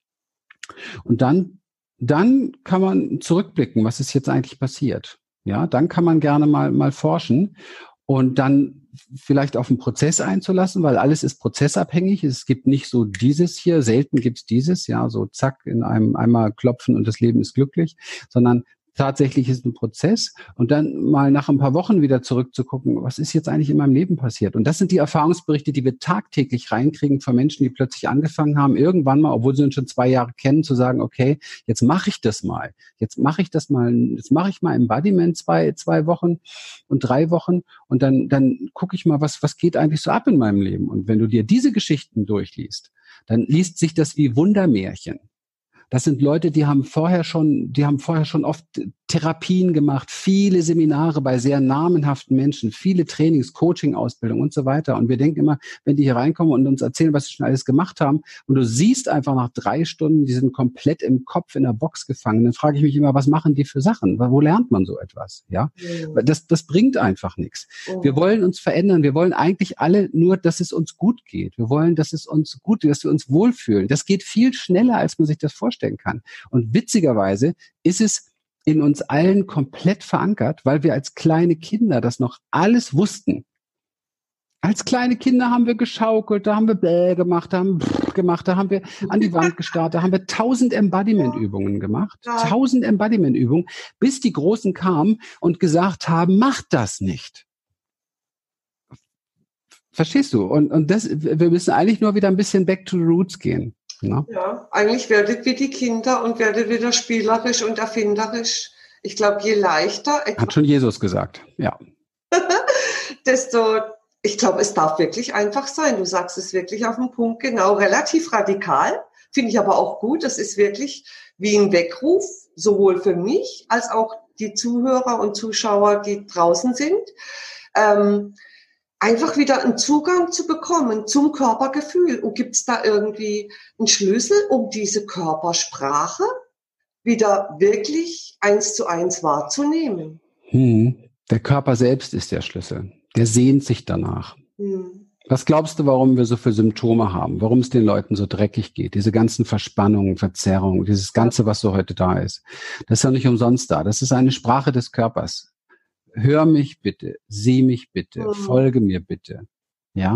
Und dann Dann kann man zurückblicken, was ist jetzt eigentlich passiert. Ja, dann kann man gerne mal mal forschen und dann vielleicht auf den Prozess einzulassen, weil alles ist prozessabhängig. Es gibt nicht so dieses hier, selten gibt's dieses, ja, so zack, in einem einmal klopfen und das Leben ist glücklich, sondern tatsächlich ist ein Prozess und dann mal nach ein paar Wochen wieder zurückzugucken, was ist jetzt eigentlich in meinem Leben passiert? Und das sind die Erfahrungsberichte, die wir tagtäglich reinkriegen von Menschen, die plötzlich angefangen haben, irgendwann mal, obwohl sie uns schon zwei Jahre kennen, zu sagen, okay, jetzt mache ich das mal. Jetzt mache ich das mal, jetzt mache ich mal Embodiment zwei, zwei Wochen und drei Wochen und dann, dann gucke ich mal, was, was geht eigentlich so ab in meinem Leben? Und wenn du dir diese Geschichten durchliest, dann liest sich das wie Wundermärchen. Das sind Leute, die haben vorher schon, die haben vorher schon oft Therapien gemacht, viele Seminare bei sehr namenhaften Menschen, viele Trainings, Coaching-Ausbildung und so weiter. Und wir denken immer, wenn die hier reinkommen und uns erzählen, was sie schon alles gemacht haben, und du siehst einfach nach drei Stunden, die sind komplett im Kopf in der Box gefangen, dann frage ich mich immer, was machen die für Sachen? Wo lernt man so etwas? Ja, mhm. das, das bringt einfach nichts. Mhm. Wir wollen uns verändern. Wir wollen eigentlich alle nur, dass es uns gut geht. Wir wollen, dass es uns gut geht, dass wir uns wohlfühlen. Das geht viel schneller, als man sich das vorstellen kann. Und witzigerweise ist es in uns allen komplett verankert, weil wir als kleine Kinder das noch alles wussten. Als kleine Kinder haben wir geschaukelt, da haben wir bäh gemacht, da haben wir gemacht, da haben wir an die Wand gestarrt, da haben wir tausend Embodiment-Übungen gemacht, tausend Embodiment-Übungen, bis die Großen kamen und gesagt haben, macht das nicht. Verstehst du? Und, und das, wir müssen eigentlich nur wieder ein bisschen back to the roots gehen. Ja. ja, eigentlich werdet wie die Kinder und werdet wieder spielerisch und erfinderisch. Ich glaube, je leichter... Hat schon Jesus gesagt, ja. desto, ich glaube, es darf wirklich einfach sein. Du sagst es wirklich auf den Punkt, genau, relativ radikal. Finde ich aber auch gut. Das ist wirklich wie ein Weckruf, sowohl für mich als auch die Zuhörer und Zuschauer, die draußen sind. Ähm, einfach wieder einen Zugang zu bekommen zum Körpergefühl. Und gibt es da irgendwie einen Schlüssel, um diese Körpersprache wieder wirklich eins zu eins wahrzunehmen? Hm. Der Körper selbst ist der Schlüssel. Der sehnt sich danach. Hm. Was glaubst du, warum wir so viele Symptome haben? Warum es den Leuten so dreckig geht? Diese ganzen Verspannungen, Verzerrungen, dieses Ganze, was so heute da ist. Das ist ja nicht umsonst da. Das ist eine Sprache des Körpers. Hör mich bitte, sieh mich bitte, mhm. folge mir bitte. Ja,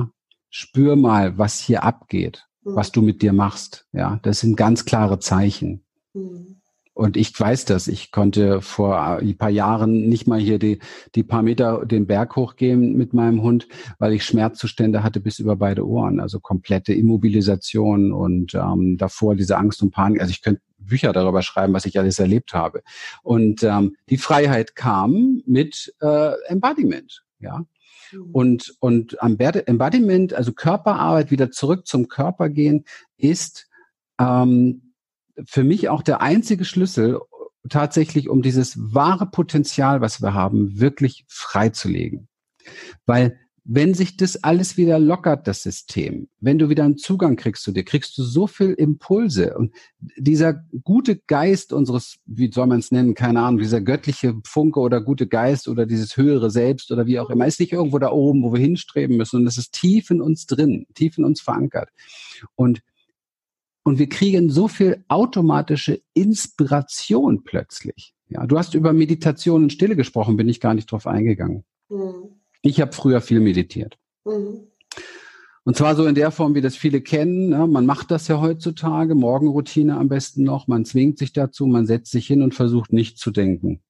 spür mal, was hier abgeht, mhm. was du mit dir machst. Ja, das sind ganz klare Zeichen. Mhm. Und ich weiß das. Ich konnte vor ein paar Jahren nicht mal hier die, die paar Meter den Berg hochgehen mit meinem Hund, weil ich Schmerzzustände hatte bis über beide Ohren. Also komplette Immobilisation und ähm, davor diese Angst und Panik. Also ich könnte Bücher darüber schreiben, was ich alles erlebt habe. Und ähm, die Freiheit kam mit äh, Embodiment. Ja. Und, und am Embodiment, also Körperarbeit, wieder zurück zum Körper gehen, ist ähm, für mich auch der einzige Schlüssel tatsächlich, um dieses wahre Potenzial, was wir haben, wirklich freizulegen. Weil wenn sich das alles wieder lockert, das System, wenn du wieder einen Zugang kriegst zu dir, kriegst du so viel Impulse. Und dieser gute Geist unseres, wie soll man es nennen, keine Ahnung, dieser göttliche Funke oder gute Geist oder dieses höhere Selbst oder wie auch immer, ist nicht irgendwo da oben, wo wir hinstreben müssen. Und das ist tief in uns drin, tief in uns verankert. Und Und wir kriegen so viel automatische Inspiration plötzlich. Ja, du hast über Meditation und Stille gesprochen, bin ich gar nicht drauf eingegangen. Mhm. Ich habe früher viel meditiert. Mhm. Und zwar so in der Form, wie das viele kennen. Ja, man macht das ja heutzutage, Morgenroutine am besten noch. Man zwingt sich dazu, man setzt sich hin und versucht nicht zu denken.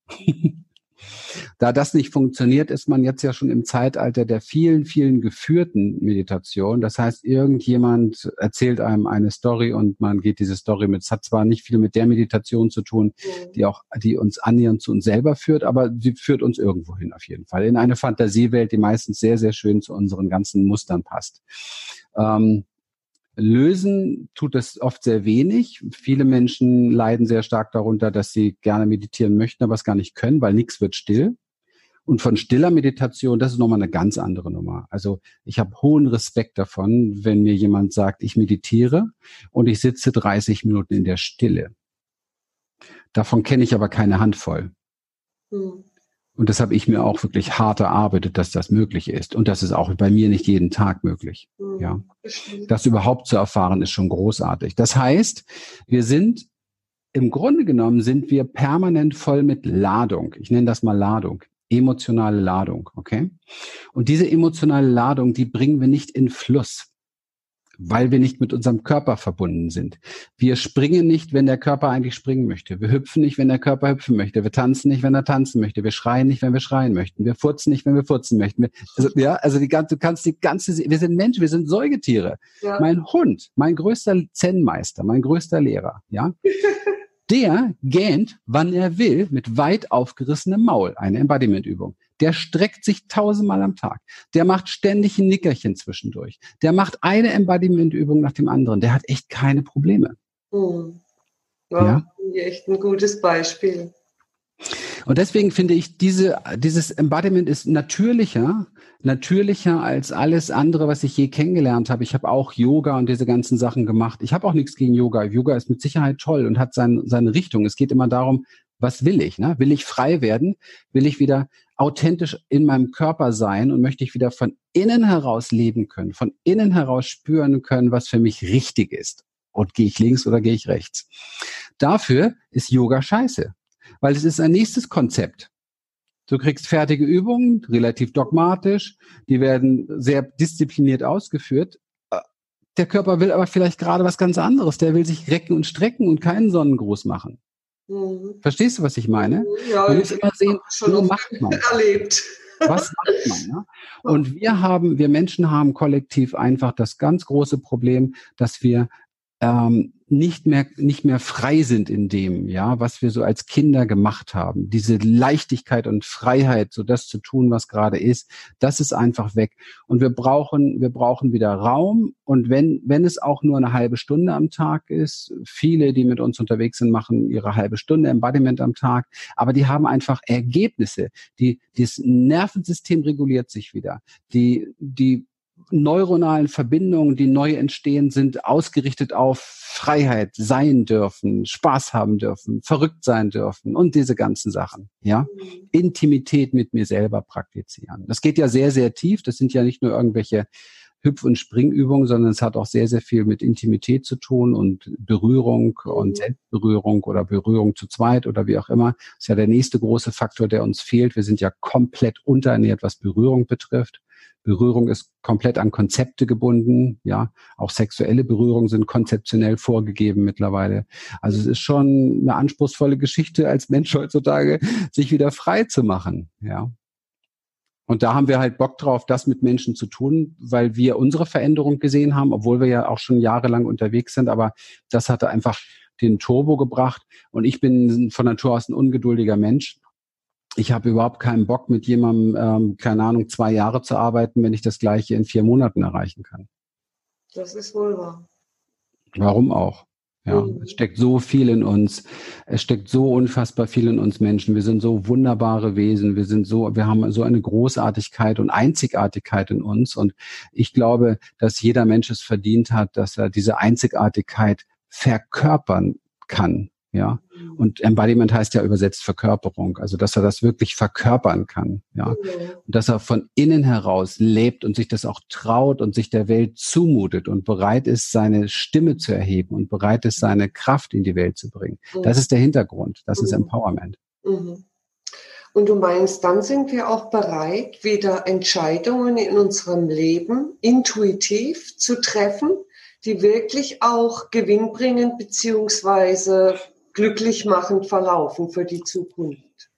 Da das nicht funktioniert, ist man jetzt ja schon im Zeitalter der vielen, vielen geführten Meditationen. Das heißt, irgendjemand erzählt einem eine Story und man geht diese Story mit. Es hat zwar nicht viel mit der Meditation zu tun, die auch, die uns annähernd zu uns selber führt, aber sie führt uns irgendwo hin auf jeden Fall. In eine Fantasiewelt, die meistens sehr, sehr schön zu unseren ganzen Mustern passt. Ähm, Lösen tut es oft sehr wenig. Viele Menschen leiden sehr stark darunter, dass sie gerne meditieren möchten, aber es gar nicht können, weil nichts wird still. Und von stiller Meditation, das ist nochmal eine ganz andere Nummer. Also ich habe hohen Respekt davon, wenn mir jemand sagt, ich meditiere und ich sitze dreißig Minuten in der Stille. Davon kenne ich aber keine Handvoll. Hm. Und das habe ich mir auch wirklich hart erarbeitet, dass das möglich ist. Und das ist auch bei mir nicht jeden Tag möglich. Mhm. Ja. Das überhaupt zu erfahren, ist schon großartig. Das heißt, wir sind, im Grunde genommen sind wir permanent voll mit Ladung. Ich nenne das mal Ladung. Emotionale Ladung, okay? Und diese emotionale Ladung, die bringen wir nicht in Fluss, weil wir nicht mit unserem Körper verbunden sind. Wir springen nicht, wenn der Körper eigentlich springen möchte. Wir hüpfen nicht, wenn der Körper hüpfen möchte. Wir tanzen nicht, wenn er tanzen möchte. Wir schreien nicht, wenn wir schreien möchten. Wir furzen nicht, wenn wir furzen möchten. Wir, also, ja, also die ganze, du kannst die ganze, wir sind Menschen, wir sind Säugetiere. Ja. Mein Hund, mein größter Zen-Meister, mein größter Lehrer, ja, der gähnt, wann er will, mit weit aufgerissenem Maul. Eine Embodiment-Übung. Der streckt sich tausendmal am Tag. Der macht ständig ein Nickerchen zwischendurch. Der macht eine Embodiment-Übung nach dem anderen. Der hat echt keine Probleme. Hm. Ja, ja? Echt ein gutes Beispiel. Und deswegen finde ich, diese, dieses Embodiment ist natürlicher, natürlicher als alles andere, was ich je kennengelernt habe. Ich habe auch Yoga und diese ganzen Sachen gemacht. Ich habe auch nichts gegen Yoga. Yoga ist mit Sicherheit toll und hat sein, seine Richtung. Es geht immer darum, was will ich? Ne? Will ich frei werden? Will ich wieder authentisch in meinem Körper sein und möchte ich wieder von innen heraus leben können, von innen heraus spüren können, was für mich richtig ist? Und gehe ich links oder gehe ich rechts? Dafür ist Yoga scheiße. Weil es ist ein nächstes Konzept. Du kriegst fertige Übungen, relativ dogmatisch, die werden sehr diszipliniert ausgeführt. Der Körper will aber vielleicht gerade was ganz anderes. Der will sich recken und strecken und keinen Sonnengruß machen. Mhm. Verstehst du, was ich meine? Ja, man muss immer sehen, schon so macht man. Erlebt. Was macht man? Ja? Und wir haben, wir Menschen haben kollektiv einfach das ganz große Problem, dass wir ähm, nicht mehr nicht mehr frei sind in dem, ja, was wir so als Kinder gemacht haben. Diese Leichtigkeit und Freiheit, so das zu tun, was gerade ist, das ist einfach weg. Und wir brauchen wir brauchen wieder Raum. Und wenn wenn es auch nur eine halbe Stunde am Tag ist, viele, die mit uns unterwegs sind, machen ihre halbe Stunde Embodiment am Tag, aber die haben einfach Ergebnisse. Die das Nervensystem reguliert sich wieder. Die die neuronalen Verbindungen, die neu entstehen, sind ausgerichtet auf Freiheit, sein dürfen, Spaß haben dürfen, verrückt sein dürfen und diese ganzen Sachen, ja. Mhm. Intimität mit mir selber praktizieren. Das geht ja sehr, sehr tief. Das sind ja nicht nur irgendwelche Hüpf- und Springübungen, sondern es hat auch sehr, sehr viel mit Intimität zu tun und Berührung mhm. und Selbstberührung oder Berührung zu zweit oder wie auch immer. Das ist ja der nächste große Faktor, der uns fehlt. Wir sind ja komplett unterernährt, was Berührung betrifft. Berührung ist komplett an Konzepte gebunden, ja. Auch sexuelle Berührungen sind konzeptionell vorgegeben mittlerweile. Also es ist schon eine anspruchsvolle Geschichte als Mensch heutzutage, sich wieder frei zu machen, ja. Und da haben wir halt Bock drauf, das mit Menschen zu tun, weil wir unsere Veränderung gesehen haben, obwohl wir ja auch schon jahrelang unterwegs sind. Aber das hatte einfach den Turbo gebracht. Und ich bin von Natur aus ein ungeduldiger Mensch. Ich habe überhaupt keinen Bock, mit jemandem, ähm, keine Ahnung, zwei Jahre zu arbeiten, wenn ich das Gleiche in vier Monaten erreichen kann. Das ist wohl wahr. Warum auch? Ja, Mhm. es steckt so viel in uns. Es steckt so unfassbar viel in uns Menschen. Wir sind so wunderbare Wesen. Wir sind so, wir haben so eine Großartigkeit und Einzigartigkeit in uns. Und ich glaube, dass jeder Mensch es verdient hat, dass er diese Einzigartigkeit verkörpern kann. Ja, und Embodiment heißt ja übersetzt Verkörperung, also dass er das wirklich verkörpern kann, ja, und dass er von innen heraus lebt und sich das auch traut und sich der Welt zumutet und bereit ist, seine Stimme zu erheben und bereit ist, seine Kraft in die Welt zu bringen. Das ist der Hintergrund, das ist Empowerment. Mhm. Und du meinst, dann sind wir auch bereit, wieder Entscheidungen in unserem Leben intuitiv zu treffen, die wirklich auch gewinnbringend beziehungsweise glücklich machend verlaufen für die Zukunft.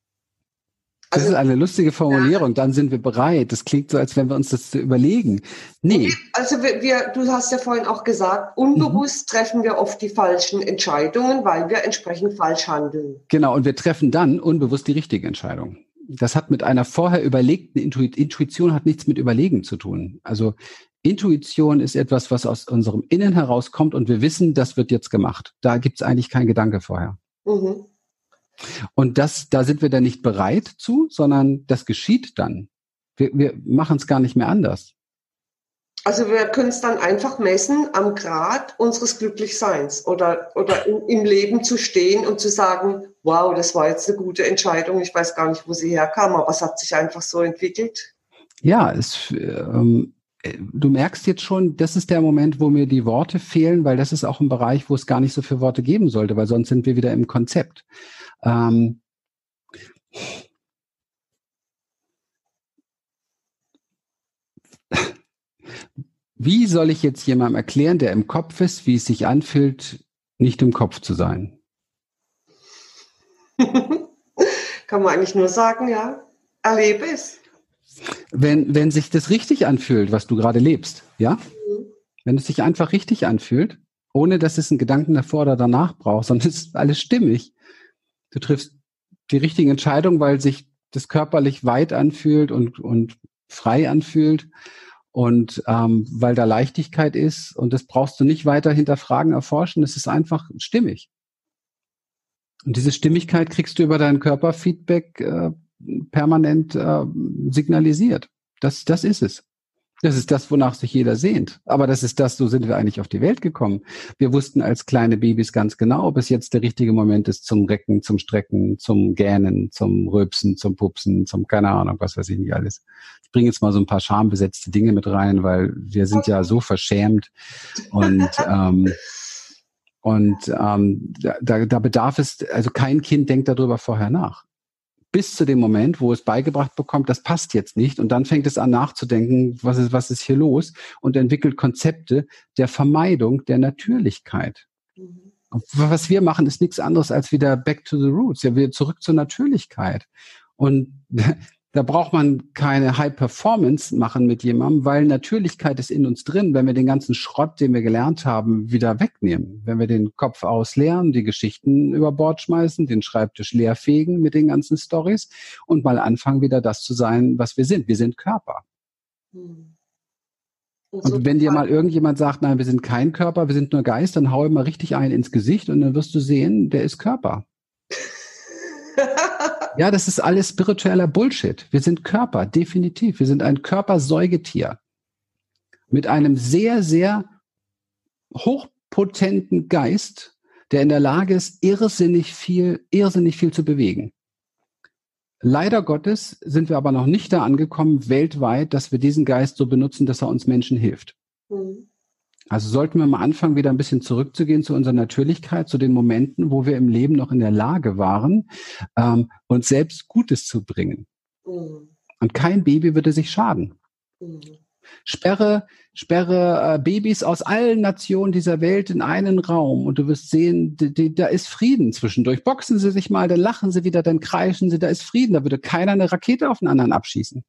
Also, das ist eine lustige Formulierung. Dann sind wir bereit. Das klingt so, als wenn wir uns das überlegen. Nee. Also wir, wir, du hast ja vorhin auch gesagt, unbewusst mhm. treffen wir oft die falschen Entscheidungen, weil wir entsprechend falsch handeln. Genau. Und wir treffen dann unbewusst die richtige Entscheidung. Das hat mit einer vorher überlegten Intuit- Intuition hat nichts mit Überlegen zu tun. Also Intuition ist etwas, was aus unserem Innen herauskommt und wir wissen, das wird jetzt gemacht. Da gibt es eigentlich keinen Gedanke vorher. Mhm. Und das, da sind wir dann nicht bereit zu, sondern das geschieht dann. Wir, wir machen es gar nicht mehr anders. Also wir können es dann einfach messen am Grad unseres Glücklichseins oder, oder im, im Leben zu stehen und zu sagen, wow, das war jetzt eine gute Entscheidung. Ich weiß gar nicht, wo sie herkam, aber es hat sich einfach so entwickelt. Ja, es ähm, du merkst jetzt schon, das ist der Moment, wo mir die Worte fehlen, weil das ist auch ein Bereich, wo es gar nicht so viele Worte geben sollte, weil sonst sind wir wieder im Konzept. Ähm, Wie soll ich jetzt jemandem erklären, der im Kopf ist, wie es sich anfühlt, nicht im Kopf zu sein? Kann man eigentlich nur sagen, ja, erlebe es. Wenn, wenn sich das richtig anfühlt, was du gerade lebst, ja? Mhm. Wenn es sich einfach richtig anfühlt, ohne dass es einen Gedanken davor oder danach braucht, sondern es ist alles stimmig. Du triffst die richtigen Entscheidungen, weil sich das körperlich weit anfühlt und, und frei anfühlt und ähm, weil da Leichtigkeit ist und das brauchst du nicht weiter hinterfragen, erforschen, es ist einfach stimmig. Und diese Stimmigkeit kriegst du über dein Körperfeedback äh, permanent äh, signalisiert. Das, das ist es. Das ist das, wonach sich jeder sehnt. Aber das ist das, so sind wir eigentlich auf die Welt gekommen. Wir wussten als kleine Babys ganz genau, ob es jetzt der richtige Moment ist zum Recken, zum Strecken, zum Gähnen, zum Rülpsen, zum Pupsen, zum keine Ahnung, was weiß ich nicht alles. Ich bringe jetzt mal so ein paar schambesetzte Dinge mit rein, weil wir sind ja so verschämt und ähm, und ähm, da, da bedarf es, also kein Kind denkt darüber vorher nach. Bis zu dem Moment, wo es beigebracht bekommt, das passt jetzt nicht. Und dann fängt es an nachzudenken, was ist, was ist hier los? Und entwickelt Konzepte der Vermeidung der Natürlichkeit. Mhm. Was wir machen, ist nichts anderes als wieder back to the roots. Ja, wieder zurück zur Natürlichkeit. Und da braucht man keine High Performance machen mit jemandem, weil Natürlichkeit ist in uns drin, wenn wir den ganzen Schrott, den wir gelernt haben, wieder wegnehmen. Wenn wir den Kopf ausleeren, die Geschichten über Bord schmeißen, den Schreibtisch leer fegen mit den ganzen Storys und mal anfangen, wieder das zu sein, was wir sind. Wir sind Körper. Hm. Und, so und wenn dir mal irgendjemand sagt, nein, wir sind kein Körper, wir sind nur Geist, dann hau ihm mal richtig ein ins Gesicht und dann wirst du sehen, der ist Körper. Ja, das ist alles spiritueller Bullshit. Wir sind Körper, definitiv. Wir sind ein Körpersäugetier mit einem sehr, sehr hochpotenten Geist, der in der Lage ist, irrsinnig viel, irrsinnig viel zu bewegen. Leider Gottes sind wir aber noch nicht da angekommen, weltweit, dass wir diesen Geist so benutzen, dass er uns Menschen hilft. Mhm. Also sollten wir mal anfangen, wieder ein bisschen zurückzugehen zu unserer Natürlichkeit, zu den Momenten, wo wir im Leben noch in der Lage waren, ähm, uns selbst Gutes zu bringen. Mhm. Und kein Baby würde sich schaden. Mhm. Sperre, sperre äh, Babys aus allen Nationen dieser Welt in einen Raum und du wirst sehen, die, die, da ist Frieden zwischendurch. Boxen sie sich mal, dann lachen sie wieder, dann kreischen sie, da ist Frieden, da würde keiner eine Rakete auf den anderen abschießen.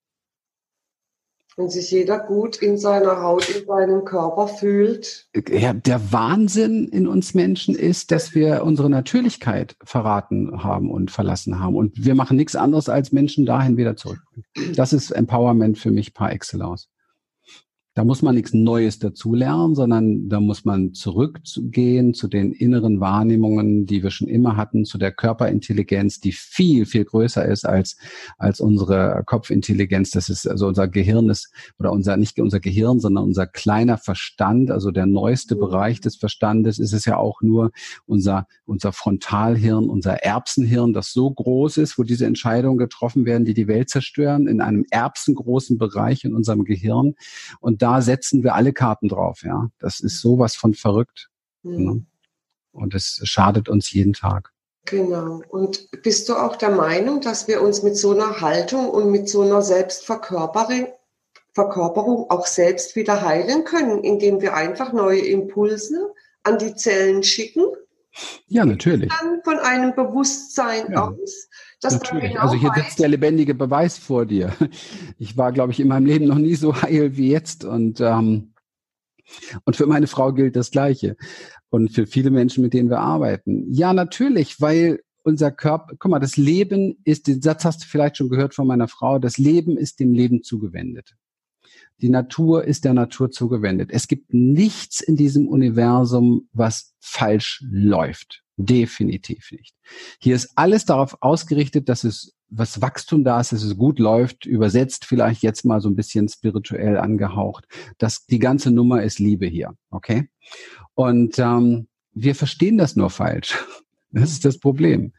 Wenn sich jeder gut in seiner Haut, in seinem Körper fühlt. Ja, der Wahnsinn in uns Menschen ist, dass wir unsere Natürlichkeit verraten haben und verlassen haben. Und wir machen nichts anderes, als Menschen dahin wieder zurückbringen. Das ist Empowerment für mich par excellence. Da muss man nichts Neues dazulernen, sondern da muss man zurückgehen zu den inneren Wahrnehmungen, die wir schon immer hatten, zu der Körperintelligenz, die viel, viel größer ist als, als unsere Kopfintelligenz. Das ist also unser Gehirn ist, oder unser, nicht unser Gehirn, sondern unser kleiner Verstand, also der neueste Bereich des Verstandes ist es ja auch nur unser, unser Frontalhirn, unser Erbsenhirn, das so groß ist, wo diese Entscheidungen getroffen werden, die die Welt zerstören, in einem erbsengroßen Bereich in unserem Gehirn. Und da setzen wir alle Karten drauf, ja. Das ist sowas von verrückt. Mhm. Ne? Und es schadet uns jeden Tag. Genau. Und bist du auch der Meinung, dass wir uns mit so einer Haltung und mit so einer Selbstverkörperung Verkörperung auch selbst wieder heilen können, indem wir einfach neue Impulse an die Zellen schicken? Ja, natürlich. Dann von einem Bewusstsein ja. aus. Das Natürlich. Genau also hier weiß. Sitzt der lebendige Beweis vor dir. Ich war, glaube ich, in meinem Leben noch nie so heil wie jetzt. Und, ähm, und für meine Frau gilt das Gleiche. Und für viele Menschen, mit denen wir arbeiten. Ja, natürlich, weil unser Körper, guck mal, das Leben ist, den Satz hast du vielleicht schon gehört von meiner Frau, das Leben ist dem Leben zugewendet. Die Natur ist der Natur zugewendet. Es gibt nichts in diesem Universum, was falsch läuft. Definitiv nicht. Hier ist alles darauf ausgerichtet, dass es, was Wachstum da ist, dass es gut läuft, übersetzt vielleicht jetzt mal so ein bisschen spirituell angehaucht. Das, die ganze Nummer ist Liebe hier, okay? Und ähm, wir verstehen das nur falsch. Das ist das Problem.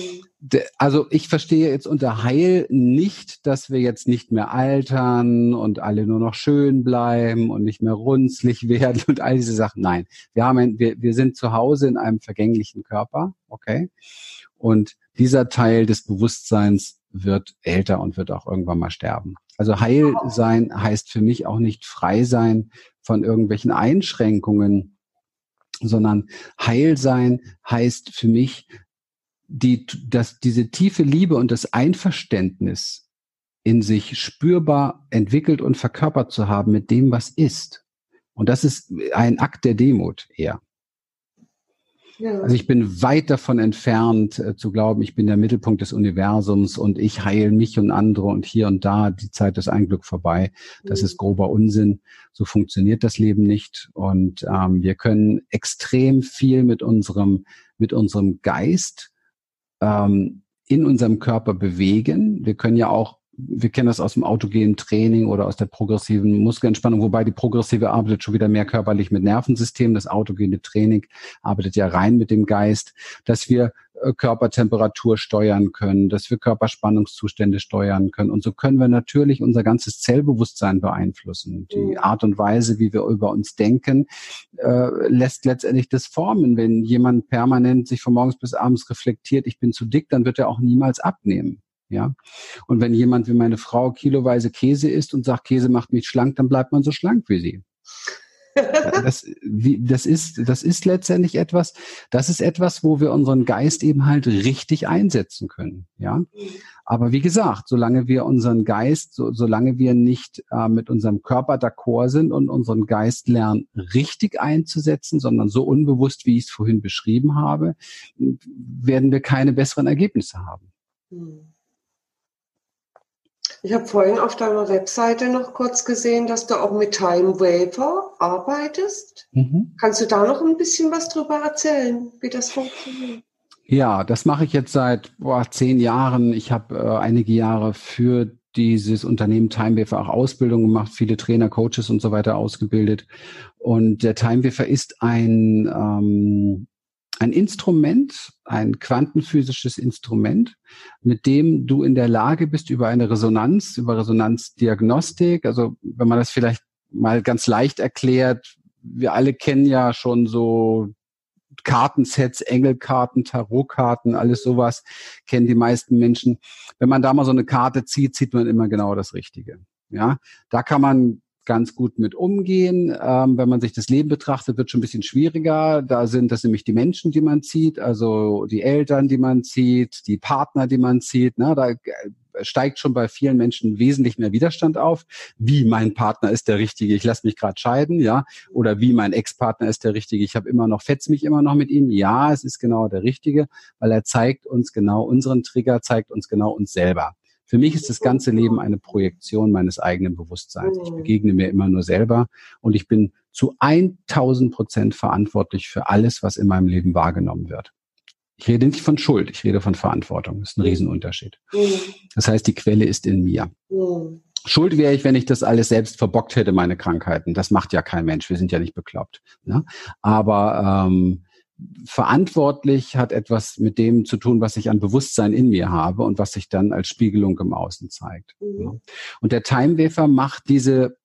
Also ich verstehe jetzt unter Heil nicht, dass wir jetzt nicht mehr altern und alle nur noch schön bleiben und nicht mehr runzlig werden und all diese Sachen. Nein, wir haben ein, wir, wir sind zu Hause in einem vergänglichen Körper, okay? Und dieser Teil des Bewusstseins wird älter und wird auch irgendwann mal sterben. Also Heil sein heißt für mich auch nicht frei sein von irgendwelchen Einschränkungen, sondern Heil sein heißt für mich, die, dass diese tiefe Liebe und das Einverständnis in sich spürbar entwickelt und verkörpert zu haben mit dem, was ist. Und das ist ein Akt der Demut eher. Ja. Also ich bin weit davon entfernt, äh, zu glauben, ich bin der Mittelpunkt des Universums und ich heile mich und andere und hier und da, die Zeit ist ein Glück vorbei. Das mhm. ist grober Unsinn. So funktioniert das Leben nicht. Und ähm, wir können extrem viel mit unserem, mit unserem Geist ähm, in unserem Körper bewegen. Wir können ja auch, wir kennen das aus dem autogenen Training oder aus der progressiven Muskelentspannung, wobei die progressive arbeitet schon wieder mehr körperlich mit Nervensystemen. Das autogene Training arbeitet ja rein mit dem Geist, dass wir äh, Körpertemperatur steuern können, dass wir Körperspannungszustände steuern können. Und so können wir natürlich unser ganzes Zellbewusstsein beeinflussen. Die Art und Weise, wie wir über uns denken, äh, lässt letztendlich das formen. Wenn jemand permanent sich von morgens bis abends reflektiert, ich bin zu dick, dann wird er auch niemals abnehmen. Ja. Und wenn jemand wie meine Frau kiloweise Käse isst und sagt, Käse macht mich schlank, dann bleibt man so schlank wie sie. Das, wie, das ist, das ist letztendlich etwas, das ist etwas, wo wir unseren Geist eben halt richtig einsetzen können. Ja. Aber wie gesagt, solange wir unseren Geist, so, solange wir nicht äh, mit unserem Körper d'accord sind und unseren Geist lernen, richtig einzusetzen, sondern so unbewusst, wie ich es vorhin beschrieben habe, werden wir keine besseren Ergebnisse haben. Hm. Ich habe vorhin auf deiner Webseite noch kurz gesehen, dass du auch mit Time Waver arbeitest. Mhm. Kannst du da noch ein bisschen was drüber erzählen, wie das funktioniert? Ja, das mache ich jetzt seit boah, zehn Jahren. Ich habe äh, einige Jahre für dieses Unternehmen Time Waver auch Ausbildung gemacht, viele Trainer, Coaches und so weiter ausgebildet. Und der Time Waver ist ein ähm, ein Instrument, ein quantenphysisches Instrument, mit dem du in der Lage bist, über eine Resonanz, über Resonanzdiagnostik, also wenn man das vielleicht mal ganz leicht erklärt, wir alle kennen ja schon so Kartensets, Engelkarten, Tarotkarten, alles sowas kennen die meisten Menschen. Wenn man da mal so eine Karte zieht, zieht man immer genau das Richtige. Ja, da kann man ganz gut mit umgehen. Ähm, wenn man sich das Leben betrachtet, wird schon ein bisschen schwieriger. Da sind das nämlich die Menschen, die man zieht, also die Eltern, die man zieht, die Partner, die man zieht. Ne? Da steigt schon bei vielen Menschen wesentlich mehr Widerstand auf. Wie mein Partner ist der Richtige, ich lasse mich gerade scheiden, ja, oder wie mein Ex-Partner ist der Richtige, ich habe immer noch, fetz mich immer noch mit ihm. Ja, es ist genau der Richtige, weil er zeigt uns genau unseren Trigger, zeigt uns genau uns selber. Für mich ist das ganze Leben eine Projektion meines eigenen Bewusstseins. Ich begegne mir immer nur selber und ich bin zu tausend Prozent verantwortlich für alles, was in meinem Leben wahrgenommen wird. Ich rede nicht von Schuld, ich rede von Verantwortung. Das ist ein Riesenunterschied. Das heißt, die Quelle ist in mir. Schuld wäre ich, wenn ich das alles selbst verbockt hätte, meine Krankheiten. Das macht ja kein Mensch, wir sind ja nicht bekloppt. Ne? Aber ähm, verantwortlich hat etwas mit dem zu tun, was ich an Bewusstsein in mir habe und was sich dann als Spiegelung im Außen zeigt. Mhm. Und der Timewafer macht diese,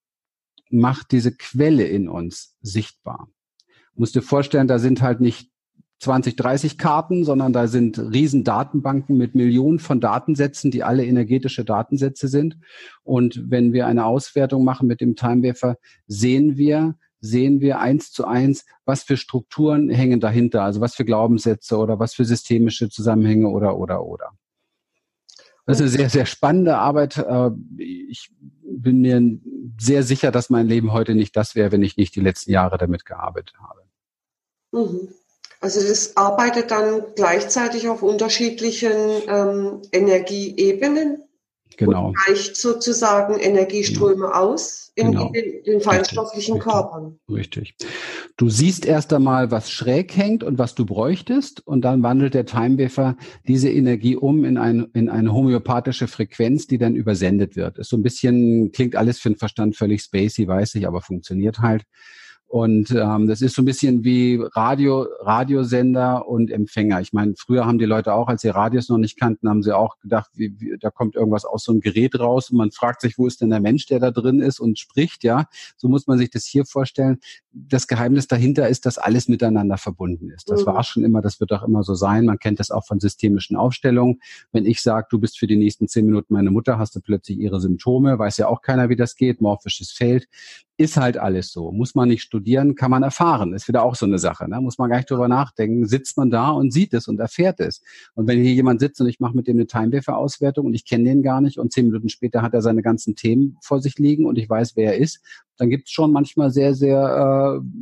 macht diese Quelle in uns sichtbar. Du musst dir vorstellen, da sind halt nicht zwanzig, dreißig Karten, sondern da sind riesen Datenbanken mit Millionen von Datensätzen, die alle energetische Datensätze sind. Und wenn wir eine Auswertung machen mit dem Timewafer, sehen wir, sehen wir eins zu eins, was für Strukturen hängen dahinter, also was für Glaubenssätze oder was für systemische Zusammenhänge oder, oder, oder. Das ist eine sehr, sehr spannende Arbeit. Ich bin mir sehr sicher, dass mein Leben heute nicht das wäre, wenn ich nicht die letzten Jahre damit gearbeitet habe. Mhm. Also das arbeitet dann gleichzeitig auf unterschiedlichen ähm, Energieebenen. Genau. Und gleicht sozusagen Energieströme genau. aus in, genau. in den, den feinstofflichen richtig, Körpern. Richtig. Du siehst erst einmal, was schräg hängt und was du bräuchtest, und dann wandelt der Timewafer diese Energie um in, ein, in eine homöopathische Frequenz, die dann übersendet wird. Ist so ein bisschen, klingt alles für den Verstand völlig spacey, weiß ich, aber funktioniert halt. Und ähm, das ist so ein bisschen wie Radio, Radiosender und Empfänger. Ich meine, früher haben die Leute auch, als sie Radios noch nicht kannten, haben sie auch gedacht, wie, wie, da kommt irgendwas aus so einem Gerät raus und man fragt sich, wo ist denn der Mensch, der da drin ist und spricht, ja. So muss man sich das hier vorstellen. Das Geheimnis dahinter ist, dass alles miteinander verbunden ist. Das mhm. war schon immer, das wird auch immer so sein. Man kennt das auch von systemischen Aufstellungen. Wenn ich sage, du bist für die nächsten zehn Minuten meine Mutter, hast du plötzlich ihre Symptome, weiß ja auch keiner, wie das geht, morphisches Feld. Ist halt alles so. Muss man nicht studieren, kann man erfahren. Ist wieder auch so eine Sache. Ne? Muss man gar nicht drüber nachdenken. Sitzt man da und sieht es und erfährt es. Und wenn hier jemand sitzt und ich mache mit dem eine Timewafer-Auswertung und ich kenne den gar nicht und zehn Minuten später hat er seine ganzen Themen vor sich liegen und ich weiß, wer er ist, dann gibt es schon manchmal sehr, sehr äh,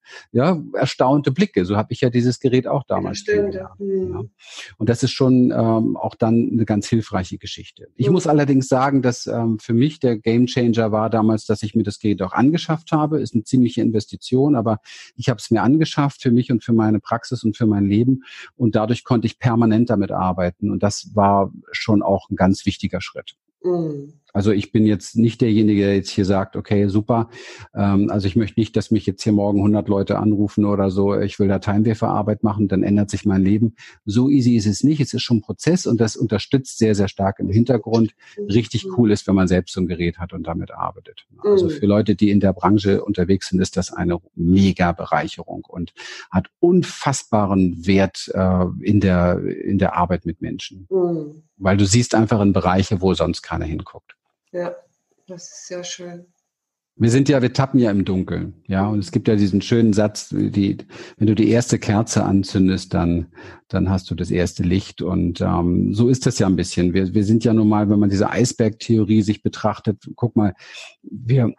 ja, erstaunte Blicke. So habe ich ja dieses Gerät auch damals kennengelernt. Mhm. Ja. Und das ist schon ähm, auch dann eine ganz hilfreiche Geschichte. Ich mhm. muss allerdings sagen, dass ähm, für mich der Gamechanger war damals, dass ich mir das Gerät auch angeschafft habe. Ist eine ziemliche Investition, aber ich habe es mir angeschafft für mich und für meine Praxis und für mein Leben. Und dadurch konnte ich permanent damit arbeiten. Und das war schon auch ein ganz wichtiger Schritt. Mhm. Also ich bin jetzt nicht derjenige, der jetzt hier sagt, okay, super, ähm, also ich möchte nicht, dass mich jetzt hier morgen hundert Leute anrufen oder so, ich will da Timewafer-Arbeit machen, dann ändert sich mein Leben. So easy ist es nicht, es ist schon ein Prozess und das unterstützt sehr, sehr stark im Hintergrund. Richtig cool ist, wenn man selbst so ein Gerät hat und damit arbeitet. Also für Leute, die in der Branche unterwegs sind, ist das eine mega Bereicherung und hat unfassbaren Wert äh, in der in der Arbeit mit Menschen. Mhm. Weil du siehst einfach in Bereiche, wo sonst keiner hinguckt. Ja, das ist sehr schön. Wir sind ja, wir tappen ja im Dunkeln, ja, und es gibt ja diesen schönen Satz, die, wenn du die erste Kerze anzündest, dann, dann hast du das erste Licht und ähm, so ist das ja ein bisschen. Wir, wir sind ja nun mal, wenn man diese Eisbergtheorie sich betrachtet, guck mal, wir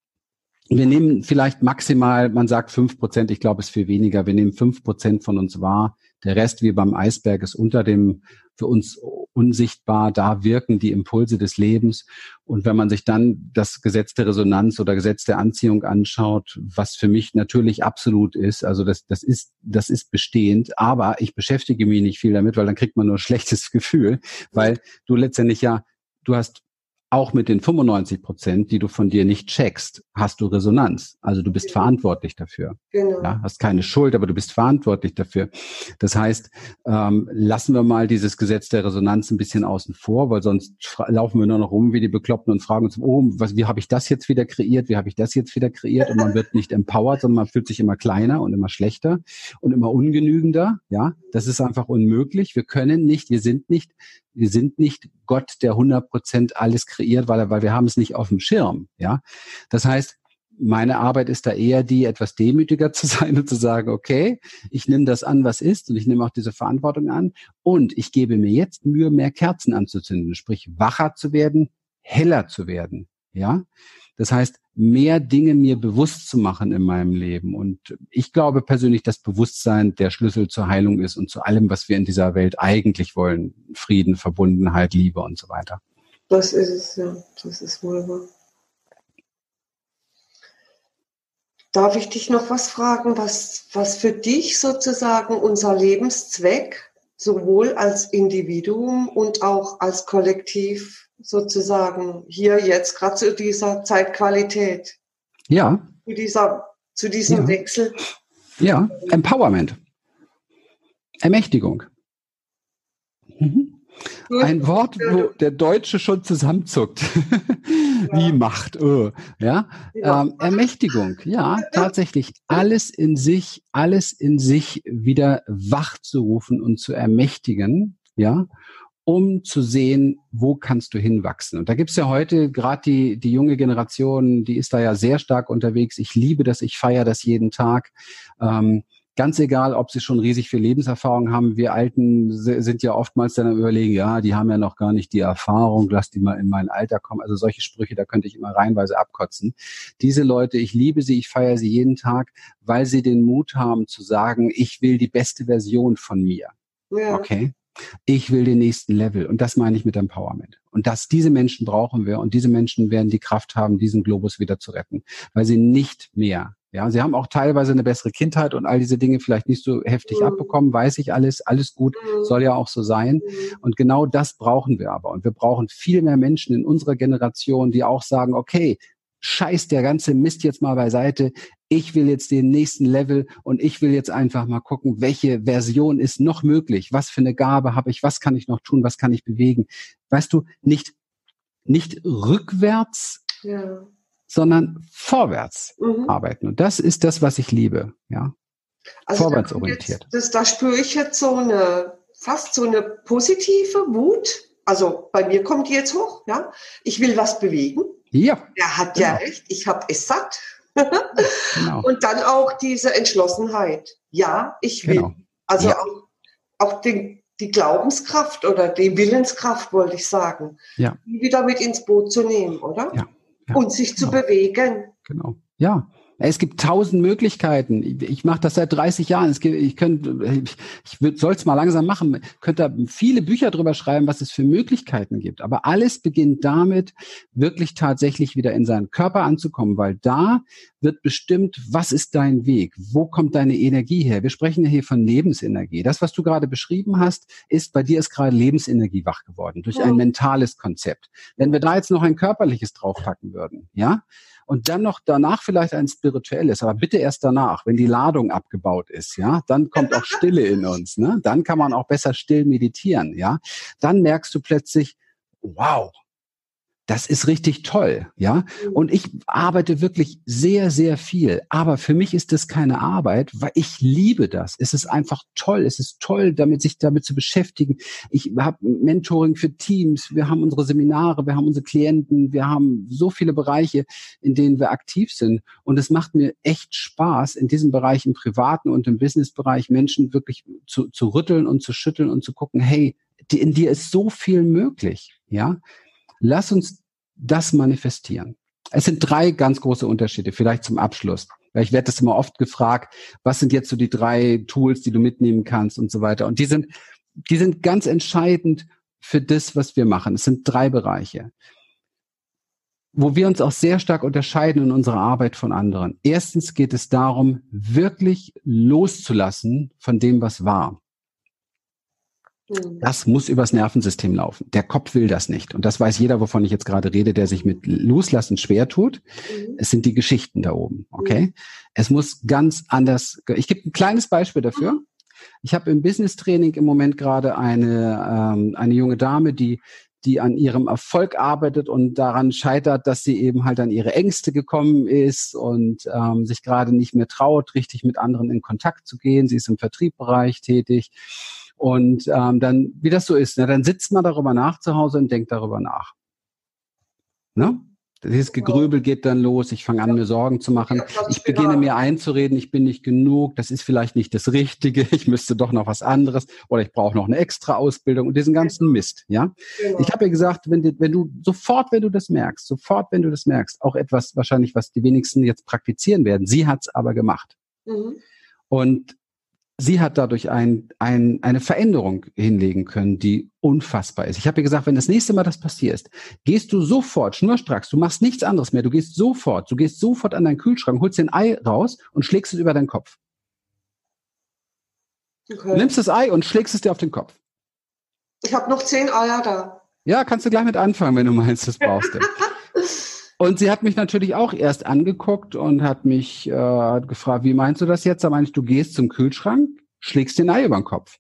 Wir nehmen vielleicht maximal, man sagt fünf Prozent, ich glaube es ist viel weniger, wir nehmen fünf Prozent von uns wahr. Der Rest, wie beim Eisberg, ist unter dem, für uns unsichtbar, da wirken die Impulse des Lebens. Und wenn man sich dann das Gesetz der Resonanz oder Gesetz der Anziehung anschaut, was für mich natürlich absolut ist, also das, das ist, das ist bestehend, aber ich beschäftige mich nicht viel damit, weil dann kriegt man nur ein schlechtes Gefühl, weil du letztendlich ja, du hast auch mit den fünfundneunzig Prozent, die du von dir nicht checkst, hast du Resonanz. Also du bist verantwortlich dafür. Genau. Ja, hast keine Schuld, aber du bist verantwortlich dafür. Das heißt, ähm, lassen wir mal dieses Gesetz der Resonanz ein bisschen außen vor, weil sonst fra- laufen wir nur noch rum wie die Bekloppten und fragen uns, oh, was, wie habe ich das jetzt wieder kreiert? Wie habe ich das jetzt wieder kreiert? Und man wird nicht empowered, sondern man fühlt sich immer kleiner und immer schlechter und immer ungenügender. Ja, das ist einfach unmöglich. Wir können nicht, wir sind nicht, wir sind nicht Gott, der hundert Prozent alles kreiert, weil, er, weil wir haben es nicht auf dem Schirm. Ja, das heißt, meine Arbeit ist da eher die, etwas demütiger zu sein und zu sagen, okay, ich nehme das an, was ist, und ich nehme auch diese Verantwortung an und ich gebe mir jetzt Mühe, mehr Kerzen anzuzünden, sprich wacher zu werden, heller zu werden, ja. Das heißt, mehr Dinge mir bewusst zu machen in meinem Leben. Und ich glaube persönlich, dass Bewusstsein der Schlüssel zur Heilung ist und zu allem, was wir in dieser Welt eigentlich wollen. Frieden, Verbundenheit, Liebe und so weiter. Das ist es, ja. Das ist wohl wahr. Darf ich dich noch was fragen, was, was für dich sozusagen unser Lebenszweck, sowohl als Individuum und auch als Kollektiv sozusagen hier jetzt gerade zu dieser Zeitqualität, Ja. zu dieser, zu diesem Ja. Wechsel? Ja, Empowerment. Ermächtigung. Mhm. Ein Wort, wo der Deutsche schon zusammenzuckt. Wie Macht. Oh. Ja, ähm, Ermächtigung. Ja, tatsächlich alles in sich, alles in sich wieder wach zu rufen und zu ermächtigen. Ja, um zu sehen, wo kannst du hinwachsen. Und da gibt's ja heute gerade die die junge Generation, die ist da ja sehr stark unterwegs. Ich liebe das, ich feiere das jeden Tag. Ähm, Ganz egal, ob sie schon riesig viel Lebenserfahrung haben. Wir Alten sind ja oftmals dann am Überlegen, ja, die haben ja noch gar nicht die Erfahrung, lass die mal in mein Alter kommen. Also solche Sprüche, da könnte ich immer reihenweise abkotzen. Diese Leute, ich liebe sie, ich feiere sie jeden Tag, weil sie den Mut haben zu sagen, ich will die beste Version von mir. Ja. Okay? Ich will den nächsten Level. Und das meine ich mit Empowerment. Und dass diese Menschen brauchen wir. Und diese Menschen werden die Kraft haben, diesen Globus wieder zu retten. Weil sie nicht mehr, ja, sie haben auch teilweise eine bessere Kindheit und all diese Dinge vielleicht nicht so heftig Mhm. abbekommen, weiß ich alles, alles gut, Mhm. soll ja auch so sein. Mhm. Und genau das brauchen wir aber. Und wir brauchen viel mehr Menschen in unserer Generation, die auch sagen, okay, scheiß der ganze Mist jetzt mal beiseite. Ich will jetzt den nächsten Level und ich will jetzt einfach mal gucken, welche Version ist noch möglich? Was für eine Gabe habe ich? Was kann ich noch tun? Was kann ich bewegen? Weißt du, nicht, nicht rückwärts, Ja. sondern vorwärts Mhm. arbeiten. Und das ist das, was ich liebe. Ja, Also vorwärtsorientiert. Da, das, da spüre ich jetzt so eine, fast so eine positive Wut. Also bei mir kommt die jetzt hoch, ja. Ich will was bewegen. Ja. Er hat genau. ja recht, ich habe es satt. Genau. Und dann auch diese Entschlossenheit. Ja, ich will. Genau. Also Ja. auch, auch den, die Glaubenskraft oder die Willenskraft, wollte ich sagen, Ja. die wieder mit ins Boot zu nehmen, oder? Ja. Ja. Und sich Genau. zu bewegen. Genau. Ja. Es gibt tausend Möglichkeiten. Ich, ich mache das seit dreißig Jahren. Es gibt, ich könnte, ich, ich soll es mal langsam machen. Könnte da viele Bücher drüber schreiben, was es für Möglichkeiten gibt. Aber alles beginnt damit, wirklich tatsächlich wieder in seinen Körper anzukommen, weil da wird bestimmt, was ist dein Weg? Wo kommt deine Energie her? Wir sprechen ja hier von Lebensenergie. Das, was du gerade beschrieben hast, ist, bei dir ist gerade Lebensenergie wach geworden durch ein mentales Konzept. Wenn wir da jetzt noch ein körperliches draufpacken würden, ja, und dann noch danach vielleicht ein spirituelles, aber bitte erst danach, wenn die Ladung abgebaut ist, ja, dann kommt auch Stille in uns, ne? Dann kann man auch besser still meditieren, ja. Dann merkst du plötzlich, wow, das ist richtig toll, ja. Und ich arbeite wirklich sehr, sehr viel. Aber für mich ist das keine Arbeit, weil ich liebe das. Es ist einfach toll. Es ist toll, damit sich damit zu beschäftigen. Ich habe Mentoring für Teams. Wir haben unsere Seminare. Wir haben unsere Klienten. Wir haben so viele Bereiche, in denen wir aktiv sind. Und es macht mir echt Spaß, in diesem Bereich, im privaten und im Businessbereich Menschen wirklich zu, zu rütteln und zu schütteln und zu gucken, hey, die, in dir ist so viel möglich, ja. Lass uns das manifestieren. Es sind drei ganz große Unterschiede, vielleicht zum Abschluss. Weil ich werde das immer oft gefragt, was sind jetzt so die drei Tools, die du mitnehmen kannst und so weiter. Und die sind, die sind ganz entscheidend für das, was wir machen. Es sind drei Bereiche, wo wir uns auch sehr stark unterscheiden in unserer Arbeit von anderen. Erstens geht es darum, wirklich loszulassen von dem, was war. Das muss übers Nervensystem laufen. Der Kopf will das nicht. Und das weiß jeder, wovon ich jetzt gerade rede, der sich mit Loslassen schwer tut. Mhm. Es sind die Geschichten da oben, okay? Mhm. Es muss ganz anders. Ich gebe ein kleines Beispiel dafür. Mhm. Ich habe im Business-Training im Moment gerade eine ähm, eine junge Dame, die die an ihrem Erfolg arbeitet und daran scheitert, dass sie eben halt an ihre Ängste gekommen ist und ähm, sich gerade nicht mehr traut, richtig mit anderen in Kontakt zu gehen. Sie ist im Vertriebsbereich tätig. Und ähm, dann, wie das so ist, ne, dann sitzt man darüber nach zu Hause und denkt darüber nach. Ne? Dieses Gegrübel geht dann los, ich fange an, mir Sorgen zu machen. Ich beginne mir einzureden, ich bin nicht genug, das ist vielleicht nicht das Richtige, ich müsste doch noch was anderes oder ich brauche noch eine extra Ausbildung und diesen ganzen Mist. Ja, Ich habe ja gesagt, wenn du, wenn du sofort, wenn du das merkst, sofort, wenn du das merkst, auch etwas wahrscheinlich, was die wenigsten jetzt praktizieren werden. Sie hat es aber gemacht. Mhm. Und sie hat dadurch ein, ein, eine Veränderung hinlegen können, die unfassbar ist. Ich habe ihr gesagt, wenn das nächste Mal das passiert, gehst du sofort, schnurstracks, du machst nichts anderes mehr, du gehst sofort, du gehst sofort an deinen Kühlschrank, holst den Ei raus und schlägst es über deinen Kopf. Okay. Du nimmst das Ei und schlägst es dir auf den Kopf. Ich habe noch zehn Eier da. Ja, kannst du gleich mit anfangen, wenn du meinst, das brauchst du. Und sie hat mich natürlich auch erst angeguckt und hat mich äh, gefragt, wie meinst du das jetzt? Da meine ich, du gehst zum Kühlschrank, schlägst den Ei über den Kopf.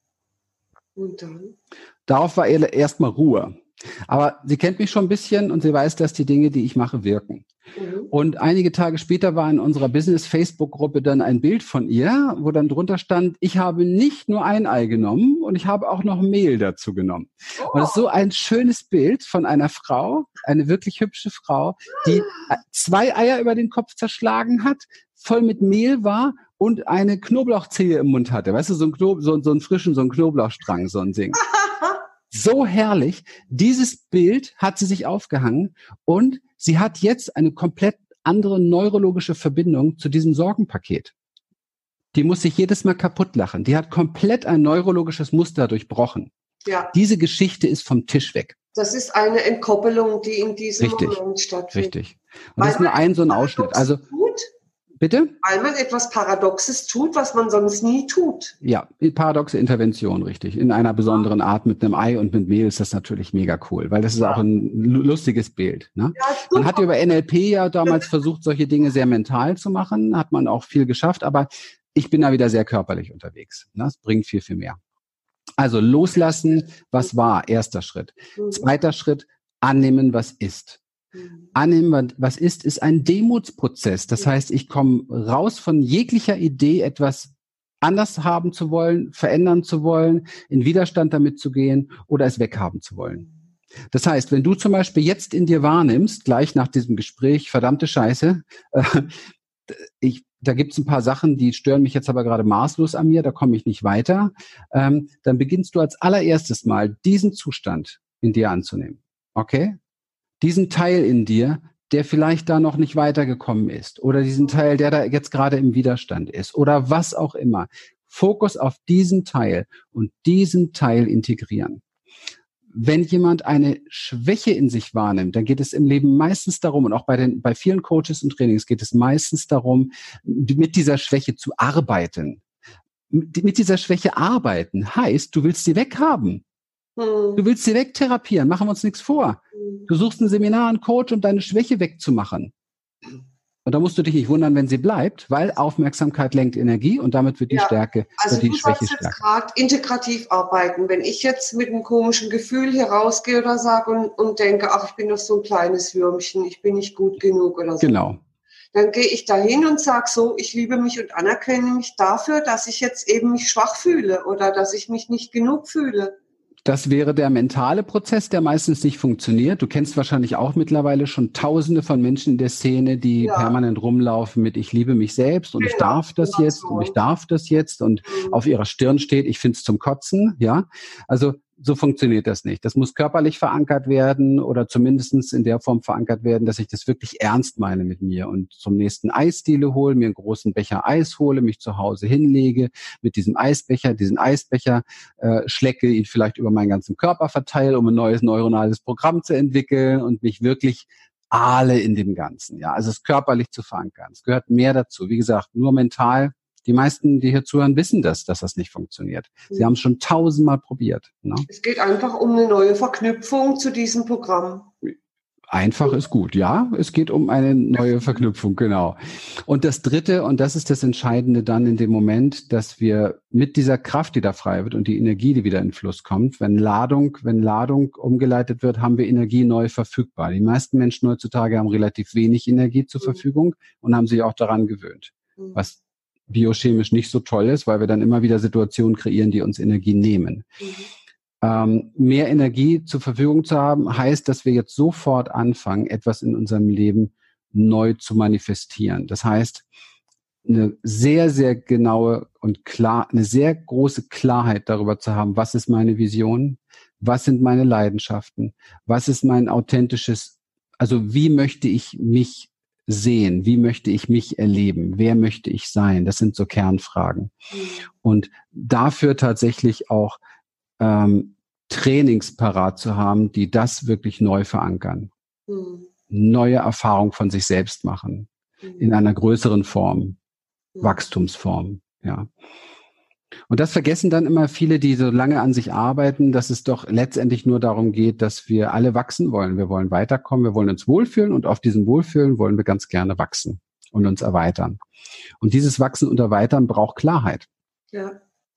Und dann? Darauf war erstmal Ruhe. Aber sie kennt mich schon ein bisschen und sie weiß, dass die Dinge, die ich mache, wirken. Mhm. Und einige Tage später war in unserer Business-Facebook-Gruppe dann ein Bild von ihr, wo dann drunter stand, ich habe nicht nur ein Ei genommen und ich habe auch noch Mehl dazu genommen. Oh. Und das ist so ein schönes Bild von einer Frau, eine wirklich hübsche Frau, die zwei Eier über den Kopf zerschlagen hat, voll mit Mehl war und eine Knoblauchzehe im Mund hatte. Weißt du, so ein, Knob- so, so einen frischen, so einen Knoblauchstrang, so ein Ding. So herrlich. Dieses Bild hat sie sich aufgehangen und sie hat jetzt eine komplett andere neurologische Verbindung zu diesem Sorgenpaket. Die muss sich jedes Mal kaputt lachen. Die hat komplett ein neurologisches Muster durchbrochen. Ja. Diese Geschichte ist vom Tisch weg. Das ist eine Entkoppelung, die in diesem richtig, Moment stattfindet. Richtig. Und das ist nur ein so ein Ausschnitt. Also tut, bitte? Weil man etwas Paradoxes tut, was man sonst nie tut. Ja, paradoxe Intervention, richtig. In einer besonderen Art mit einem Ei und mit Mehl ist das natürlich mega cool, weil das ist ja auch ein lustiges Bild. Ne? Ja, man hat ja über N L P ja damals versucht, solche Dinge sehr mental zu machen, hat man auch viel geschafft, aber ich bin da wieder sehr körperlich unterwegs. Ne? Das bringt viel, viel mehr. Also loslassen, was war, erster Schritt. Zweiter Schritt, annehmen, was ist. Annehmen, was ist, ist ein Demutsprozess. Das heißt, ich komme raus von jeglicher Idee, etwas anders haben zu wollen, verändern zu wollen, in Widerstand damit zu gehen oder es weghaben zu wollen. Das heißt, wenn du zum Beispiel jetzt in dir wahrnimmst, gleich nach diesem Gespräch, verdammte Scheiße, äh, ich, da gibt's ein paar Sachen, die stören mich jetzt aber gerade maßlos an mir, da komme ich nicht weiter, ähm, dann beginnst du als allererstes Mal diesen Zustand in dir anzunehmen. Okay? Diesen Teil in dir, der vielleicht da noch nicht weitergekommen ist oder diesen Teil, der da jetzt gerade im Widerstand ist oder was auch immer. Fokus auf diesen Teil und diesen Teil integrieren. Wenn jemand eine Schwäche in sich wahrnimmt, dann geht es im Leben meistens darum, und auch bei den, bei vielen Coaches und Trainings geht es meistens darum, mit dieser Schwäche zu arbeiten. Mit dieser Schwäche arbeiten heißt, du willst sie weghaben. Du willst sie wegtherapieren, machen wir uns nichts vor. Du suchst ein Seminar, einen Coach, um deine Schwäche wegzumachen. Und da musst du dich nicht wundern, wenn sie bleibt, weil Aufmerksamkeit lenkt Energie und damit wird die ja, Stärke, also wird die Schwäche stärker. Also du sagst jetzt gerade integrativ arbeiten. Wenn ich jetzt mit einem komischen Gefühl hier rausgehe oder sage und, und denke, ach, ich bin doch so ein kleines Würmchen, ich bin nicht gut genug oder so. Genau. Dann gehe ich dahin und sage so, ich liebe mich und anerkenne mich dafür, dass ich jetzt eben mich schwach fühle oder dass ich mich nicht genug fühle. Das wäre der mentale Prozess, der meistens nicht funktioniert. Du kennst wahrscheinlich auch mittlerweile schon Tausende von Menschen in der Szene, die ja. permanent rumlaufen mit ich liebe mich selbst und genau. ich darf das jetzt und ich darf das jetzt und mhm. auf ihrer Stirn steht, ich find's zum Kotzen. Ja, also so funktioniert das nicht. Das muss körperlich verankert werden oder zumindestens in der Form verankert werden, dass ich das wirklich ernst meine mit mir und zum nächsten Eisdiele hole, mir einen großen Becher Eis hole, mich zu Hause hinlege, mit diesem Eisbecher, diesen Eisbecher äh, schlecke, ihn vielleicht über meinen ganzen Körper verteile, um ein neues neuronales Programm zu entwickeln und mich wirklich ahle in dem Ganzen. Ja, also es körperlich zu verankern. Es gehört mehr dazu. Wie gesagt, nur mental, Die meisten, die hier zuhören, wissen das, dass das nicht funktioniert. Sie haben es schon tausendmal probiert. Ne? Es geht einfach um eine neue Verknüpfung zu diesem Programm. Einfach ist gut, ja. Es geht um eine neue Verknüpfung, genau. Und das Dritte, und das ist das Entscheidende dann in dem Moment, dass wir mit dieser Kraft, die da frei wird und die Energie, die wieder in den Fluss kommt, wenn Ladung, wenn Ladung umgeleitet wird, haben wir Energie neu verfügbar. Die meisten Menschen heutzutage haben relativ wenig Energie zur Verfügung und haben sich auch daran gewöhnt, was biochemisch nicht so toll ist, weil wir dann immer wieder Situationen kreieren, die uns Energie nehmen. Mhm. Ähm, mehr Energie zur Verfügung zu haben, heißt, dass wir jetzt sofort anfangen, etwas in unserem Leben neu zu manifestieren. Das heißt, eine sehr, sehr genaue und klar, eine sehr große Klarheit darüber zu haben, was ist meine Vision, was sind meine Leidenschaften, was ist mein authentisches, also wie möchte ich mich sehen, wie möchte ich mich erleben, wer möchte ich sein, das sind so Kernfragen. Und dafür tatsächlich auch Ähm, Trainings parat zu haben, die das wirklich neu verankern. Mhm. Neue Erfahrungen von sich selbst machen. Mhm. In einer größeren Form. Mhm. Wachstumsform, ja. Und das vergessen dann immer viele, die so lange an sich arbeiten, dass es doch letztendlich nur darum geht, dass wir alle wachsen wollen. Wir wollen weiterkommen, wir wollen uns wohlfühlen und auf diesem Wohlfühlen wollen wir ganz gerne wachsen und uns erweitern. Und dieses Wachsen und Erweitern braucht Klarheit. Ja.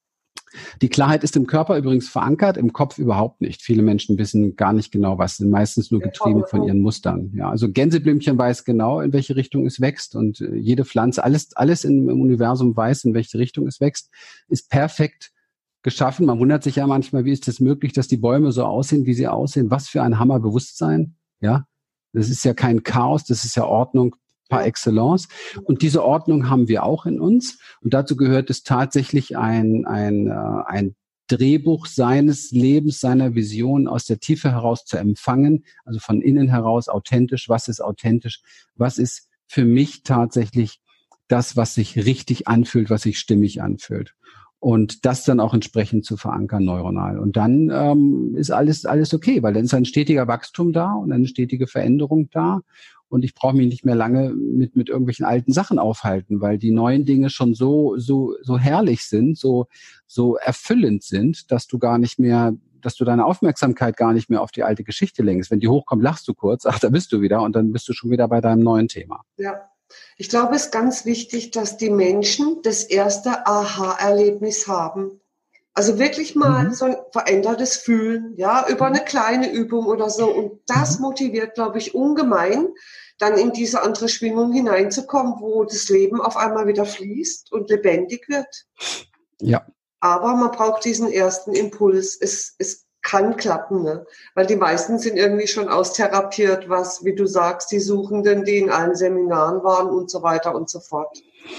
Die Klarheit ist im Körper übrigens verankert, im Kopf überhaupt nicht. Viele Menschen wissen gar nicht genau, was, sind meistens nur getrieben von ihren Mustern. Ja, also Gänseblümchen weiß genau, in welche Richtung es wächst und jede Pflanze, alles, alles im Universum weiß, in welche Richtung es wächst, ist perfekt geschaffen. Man wundert sich ja manchmal, wie ist es möglich, dass die Bäume so aussehen, wie sie aussehen? Was für ein Hammerbewusstsein. Ja, das ist ja kein Chaos, das ist ja Ordnung par excellence. Und diese Ordnung haben wir auch in uns. Und dazu gehört es tatsächlich ein, ein, äh, ein Drehbuch seines Lebens, seiner Vision aus der Tiefe heraus zu empfangen, also von innen heraus authentisch. Was ist authentisch? Was ist für mich tatsächlich das, was sich richtig anfühlt, was sich stimmig anfühlt? Und das dann auch entsprechend zu verankern neuronal. Und dann ähm, ist alles alles okay, weil dann ist ein stetiger Wachstum da und eine stetige Veränderung da. Und ich brauche mich nicht mehr lange mit mit irgendwelchen alten Sachen aufhalten, weil die neuen Dinge schon so so so herrlich sind, so so erfüllend sind, dass du gar nicht mehr, dass du deine Aufmerksamkeit gar nicht mehr auf die alte Geschichte lenkst. Wenn die hochkommt, lachst du kurz, ach, da bist du wieder und dann bist du schon wieder bei deinem neuen Thema. Ja. Ich glaube, es ist ganz wichtig, dass die Menschen das erste Aha-Erlebnis haben. Also wirklich mal mhm. so ein verändertes Fühlen, ja, über eine kleine Übung oder so. Und das mhm. motiviert, glaube ich, ungemein, dann in diese andere Schwingung hineinzukommen, wo das Leben auf einmal wieder fließt und lebendig wird. Ja. Aber man braucht diesen ersten Impuls. Es, es kann klappen, ne? Weil die meisten sind irgendwie schon austherapiert, was, wie du sagst, die Suchenden, die in allen Seminaren waren und so weiter und so fort.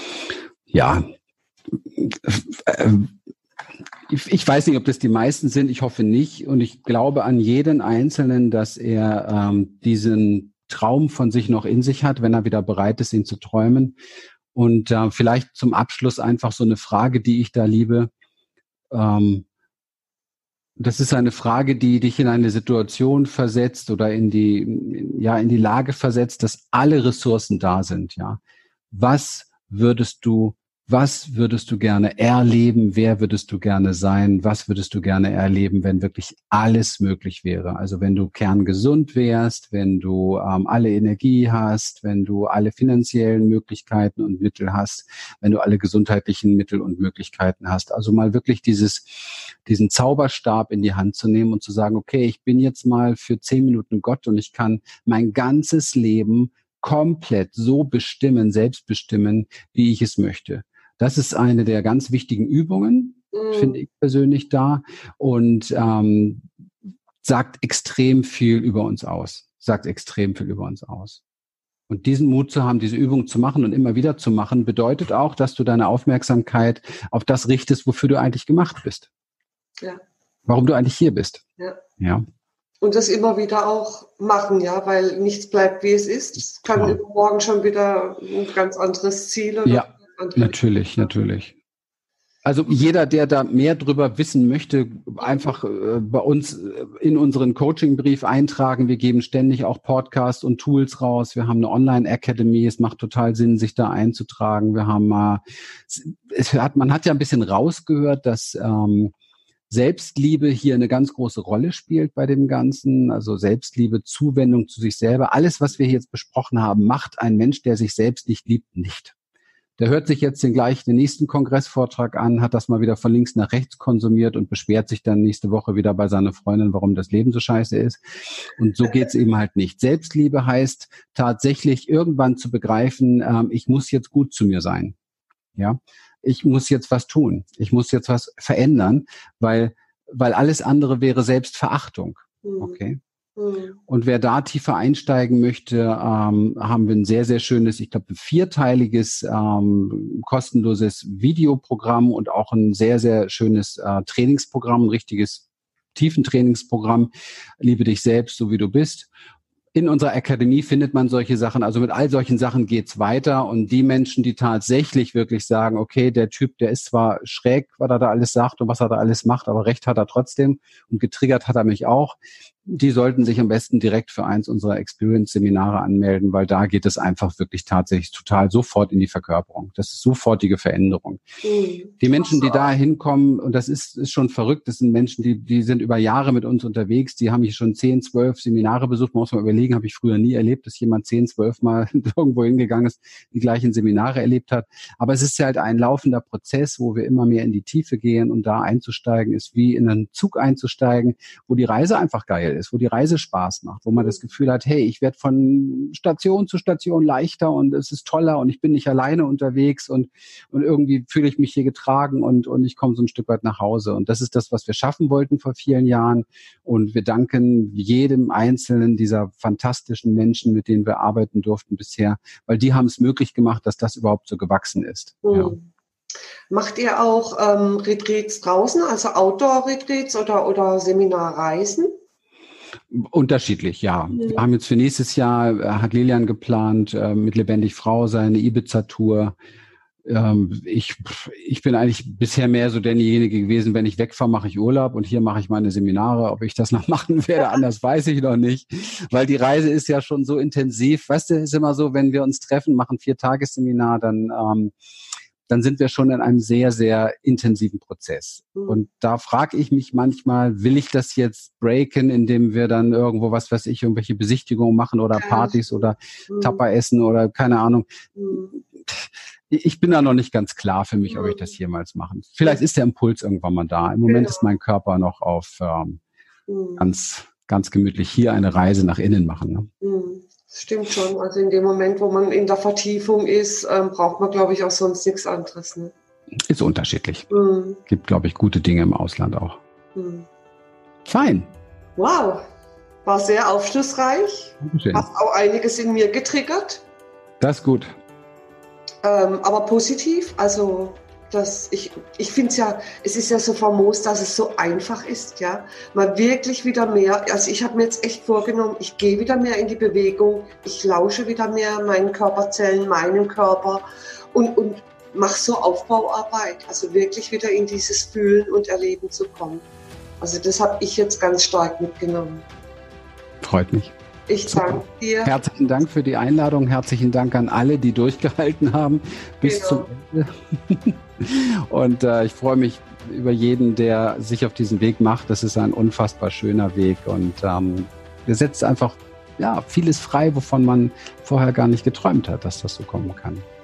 Ja, ich weiß nicht, ob das die meisten sind, ich hoffe nicht. Und ich glaube an jeden Einzelnen, dass er ähm, diesen Traum von sich noch in sich hat, wenn er wieder bereit ist, ihn zu träumen. Und äh, vielleicht zum Abschluss einfach so eine Frage, die ich da liebe. Ähm, Das ist eine Frage, die dich in eine Situation versetzt oder in die, ja, in die Lage versetzt, dass alle Ressourcen da sind, ja. Was würdest du, was würdest du gerne erleben? Wer würdest du gerne sein? Was würdest du gerne erleben, wenn wirklich alles möglich wäre? Also wenn du kerngesund wärst, wenn du ähm, alle Energie hast, wenn du alle finanziellen Möglichkeiten und Mittel hast, wenn du alle gesundheitlichen Mittel und Möglichkeiten hast. Also mal wirklich dieses, diesen Zauberstab in die Hand zu nehmen und zu sagen, okay, ich bin jetzt mal für zehn Minuten Gott und ich kann mein ganzes Leben komplett so bestimmen, selbst bestimmen, wie ich es möchte. Das ist eine der ganz wichtigen Übungen, mm. finde ich persönlich da und ähm, sagt extrem viel über uns aus. Sagt extrem viel über uns aus. Und diesen Mut zu haben, diese Übung zu machen und immer wieder zu machen, bedeutet auch, dass du deine Aufmerksamkeit auf das richtest, wofür du eigentlich gemacht bist. Ja. Warum du eigentlich hier bist. Ja. Ja. Und das immer wieder auch machen, ja, weil nichts bleibt, wie es ist. Es kann ja. übermorgen schon wieder ein ganz anderes Ziel oder ja, natürlich, natürlich. Also jeder, der da mehr drüber wissen möchte, einfach äh, bei uns in unseren Coaching-Brief eintragen. Wir geben ständig auch Podcasts und Tools raus. Wir haben eine Online-Academy. Es macht total Sinn, sich da einzutragen. Wir haben mal, äh, es hat, man hat ja ein bisschen rausgehört, dass ähm, Selbstliebe hier eine ganz große Rolle spielt bei dem Ganzen. Also Selbstliebe, Zuwendung zu sich selber. Alles, was wir hier jetzt besprochen haben, macht ein Mensch, der sich selbst nicht liebt, nicht. Der hört sich jetzt den gleich den nächsten Kongressvortrag an, hat das mal wieder von links nach rechts konsumiert und beschwert sich dann nächste Woche wieder bei seiner Freundin, warum das Leben so scheiße ist. Und so geht's eben halt nicht. Selbstliebe heißt tatsächlich irgendwann zu begreifen, ähm, ich muss jetzt gut zu mir sein. Ja, ich muss jetzt was tun. Ich muss jetzt was verändern, weil weil alles andere wäre Selbstverachtung. Okay. Und wer da tiefer einsteigen möchte, ähm, haben wir ein sehr, sehr schönes, ich glaube, ein vierteiliges, ähm, kostenloses Videoprogramm und auch ein sehr, sehr schönes äh, Trainingsprogramm, ein richtiges Tiefentrainingsprogramm. Liebe dich selbst, so wie du bist. In unserer Akademie findet man solche Sachen, also mit all solchen Sachen geht's weiter und die Menschen, die tatsächlich wirklich sagen, okay, der Typ, der ist zwar schräg, was er da alles sagt und was er da alles macht, aber recht hat er trotzdem und getriggert hat er mich auch, die sollten sich am besten direkt für eins unserer Experience-Seminare anmelden, weil da geht es einfach wirklich tatsächlich total sofort in die Verkörperung. Das ist sofortige Veränderung. Mhm. Die Menschen, die da hinkommen, und das ist, ist schon verrückt, das sind Menschen, die, die sind über Jahre mit uns unterwegs, die haben hier schon zehn, zwölf Seminare besucht. Man muss mal überlegen, habe ich früher nie erlebt, dass jemand zehn, zwölf Mal irgendwo hingegangen ist, die gleichen Seminare erlebt hat. Aber es ist halt ein laufender Prozess, wo wir immer mehr in die Tiefe gehen und da einzusteigen ist wie in einen Zug einzusteigen, wo die Reise einfach geil ist, wo die Reise Spaß macht, wo man das Gefühl hat, hey, ich werde von Station zu Station leichter und es ist toller und ich bin nicht alleine unterwegs und, und irgendwie fühle ich mich hier getragen und, und ich komme so ein Stück weit nach Hause. Und das ist das, was wir schaffen wollten vor vielen Jahren. Und wir danken jedem einzelnen dieser fantastischen Menschen, mit denen wir arbeiten durften bisher, weil die haben es möglich gemacht, dass das überhaupt so gewachsen ist. Mhm. Ja. Macht ihr auch ähm, Retreats draußen, also Outdoor-Retreats oder, oder Seminarreisen? Unterschiedlich, ja. Mhm. Wir haben jetzt für nächstes Jahr, äh, hat Lilian geplant, äh, mit Lebendig Frau seine Ibiza-Tour. Ähm, ich, ich bin eigentlich bisher mehr so derjenige gewesen, wenn ich wegfahre, mache ich Urlaub und hier mache ich meine Seminare. Ob ich das noch machen werde, anders weiß ich noch nicht, weil die Reise ist ja schon so intensiv. Weißt du, ist immer so, wenn wir uns treffen, machen vier Tagesseminar, dann ähm, dann sind wir schon in einem sehr, sehr intensiven Prozess. Mhm. Und da frage ich mich manchmal, will ich das jetzt breaken, indem wir dann irgendwo, was weiß ich, irgendwelche Besichtigungen machen oder Partys oder mhm. Tapa essen oder keine Ahnung. Mhm. Ich bin da noch nicht ganz klar für mich, ob ich das jemals mache. Vielleicht ist der Impuls irgendwann mal da. Im Moment genau. ist mein Körper noch auf ähm, mhm. ganz, ganz gemütlich hier eine Reise nach innen machen. Ne? Mhm. Stimmt schon. Also in dem Moment, wo man in der Vertiefung ist, ähm, braucht man, glaube ich, auch sonst nichts anderes. Ne? Ist unterschiedlich. Mhm. Gibt, glaube ich, gute Dinge im Ausland auch. Mhm. Fein. Wow. War sehr aufschlussreich. Dankeschön. Hast auch einiges in mir getriggert. Das ist gut. Ähm, aber positiv. Also das, ich, ich finde es ja, es ist ja so famos, dass es so einfach ist, ja. Mal wirklich wieder mehr, also ich habe mir jetzt echt vorgenommen, ich gehe wieder mehr in die Bewegung, ich lausche wieder mehr meinen Körperzellen, meinem Körper und, und mache so Aufbauarbeit, also wirklich wieder in dieses Fühlen und Erleben zu kommen. Also das habe ich jetzt ganz stark mitgenommen. Freut mich. Ich danke dir. Herzlichen Dank für die Einladung. Herzlichen Dank an alle, die durchgehalten haben bis genau. zum Ende. Und äh, ich freue mich über jeden, der sich auf diesen Weg macht. Das ist ein unfassbar schöner Weg und ähm, der setzt einfach ja vieles frei, wovon man vorher gar nicht geträumt hat, dass das so kommen kann.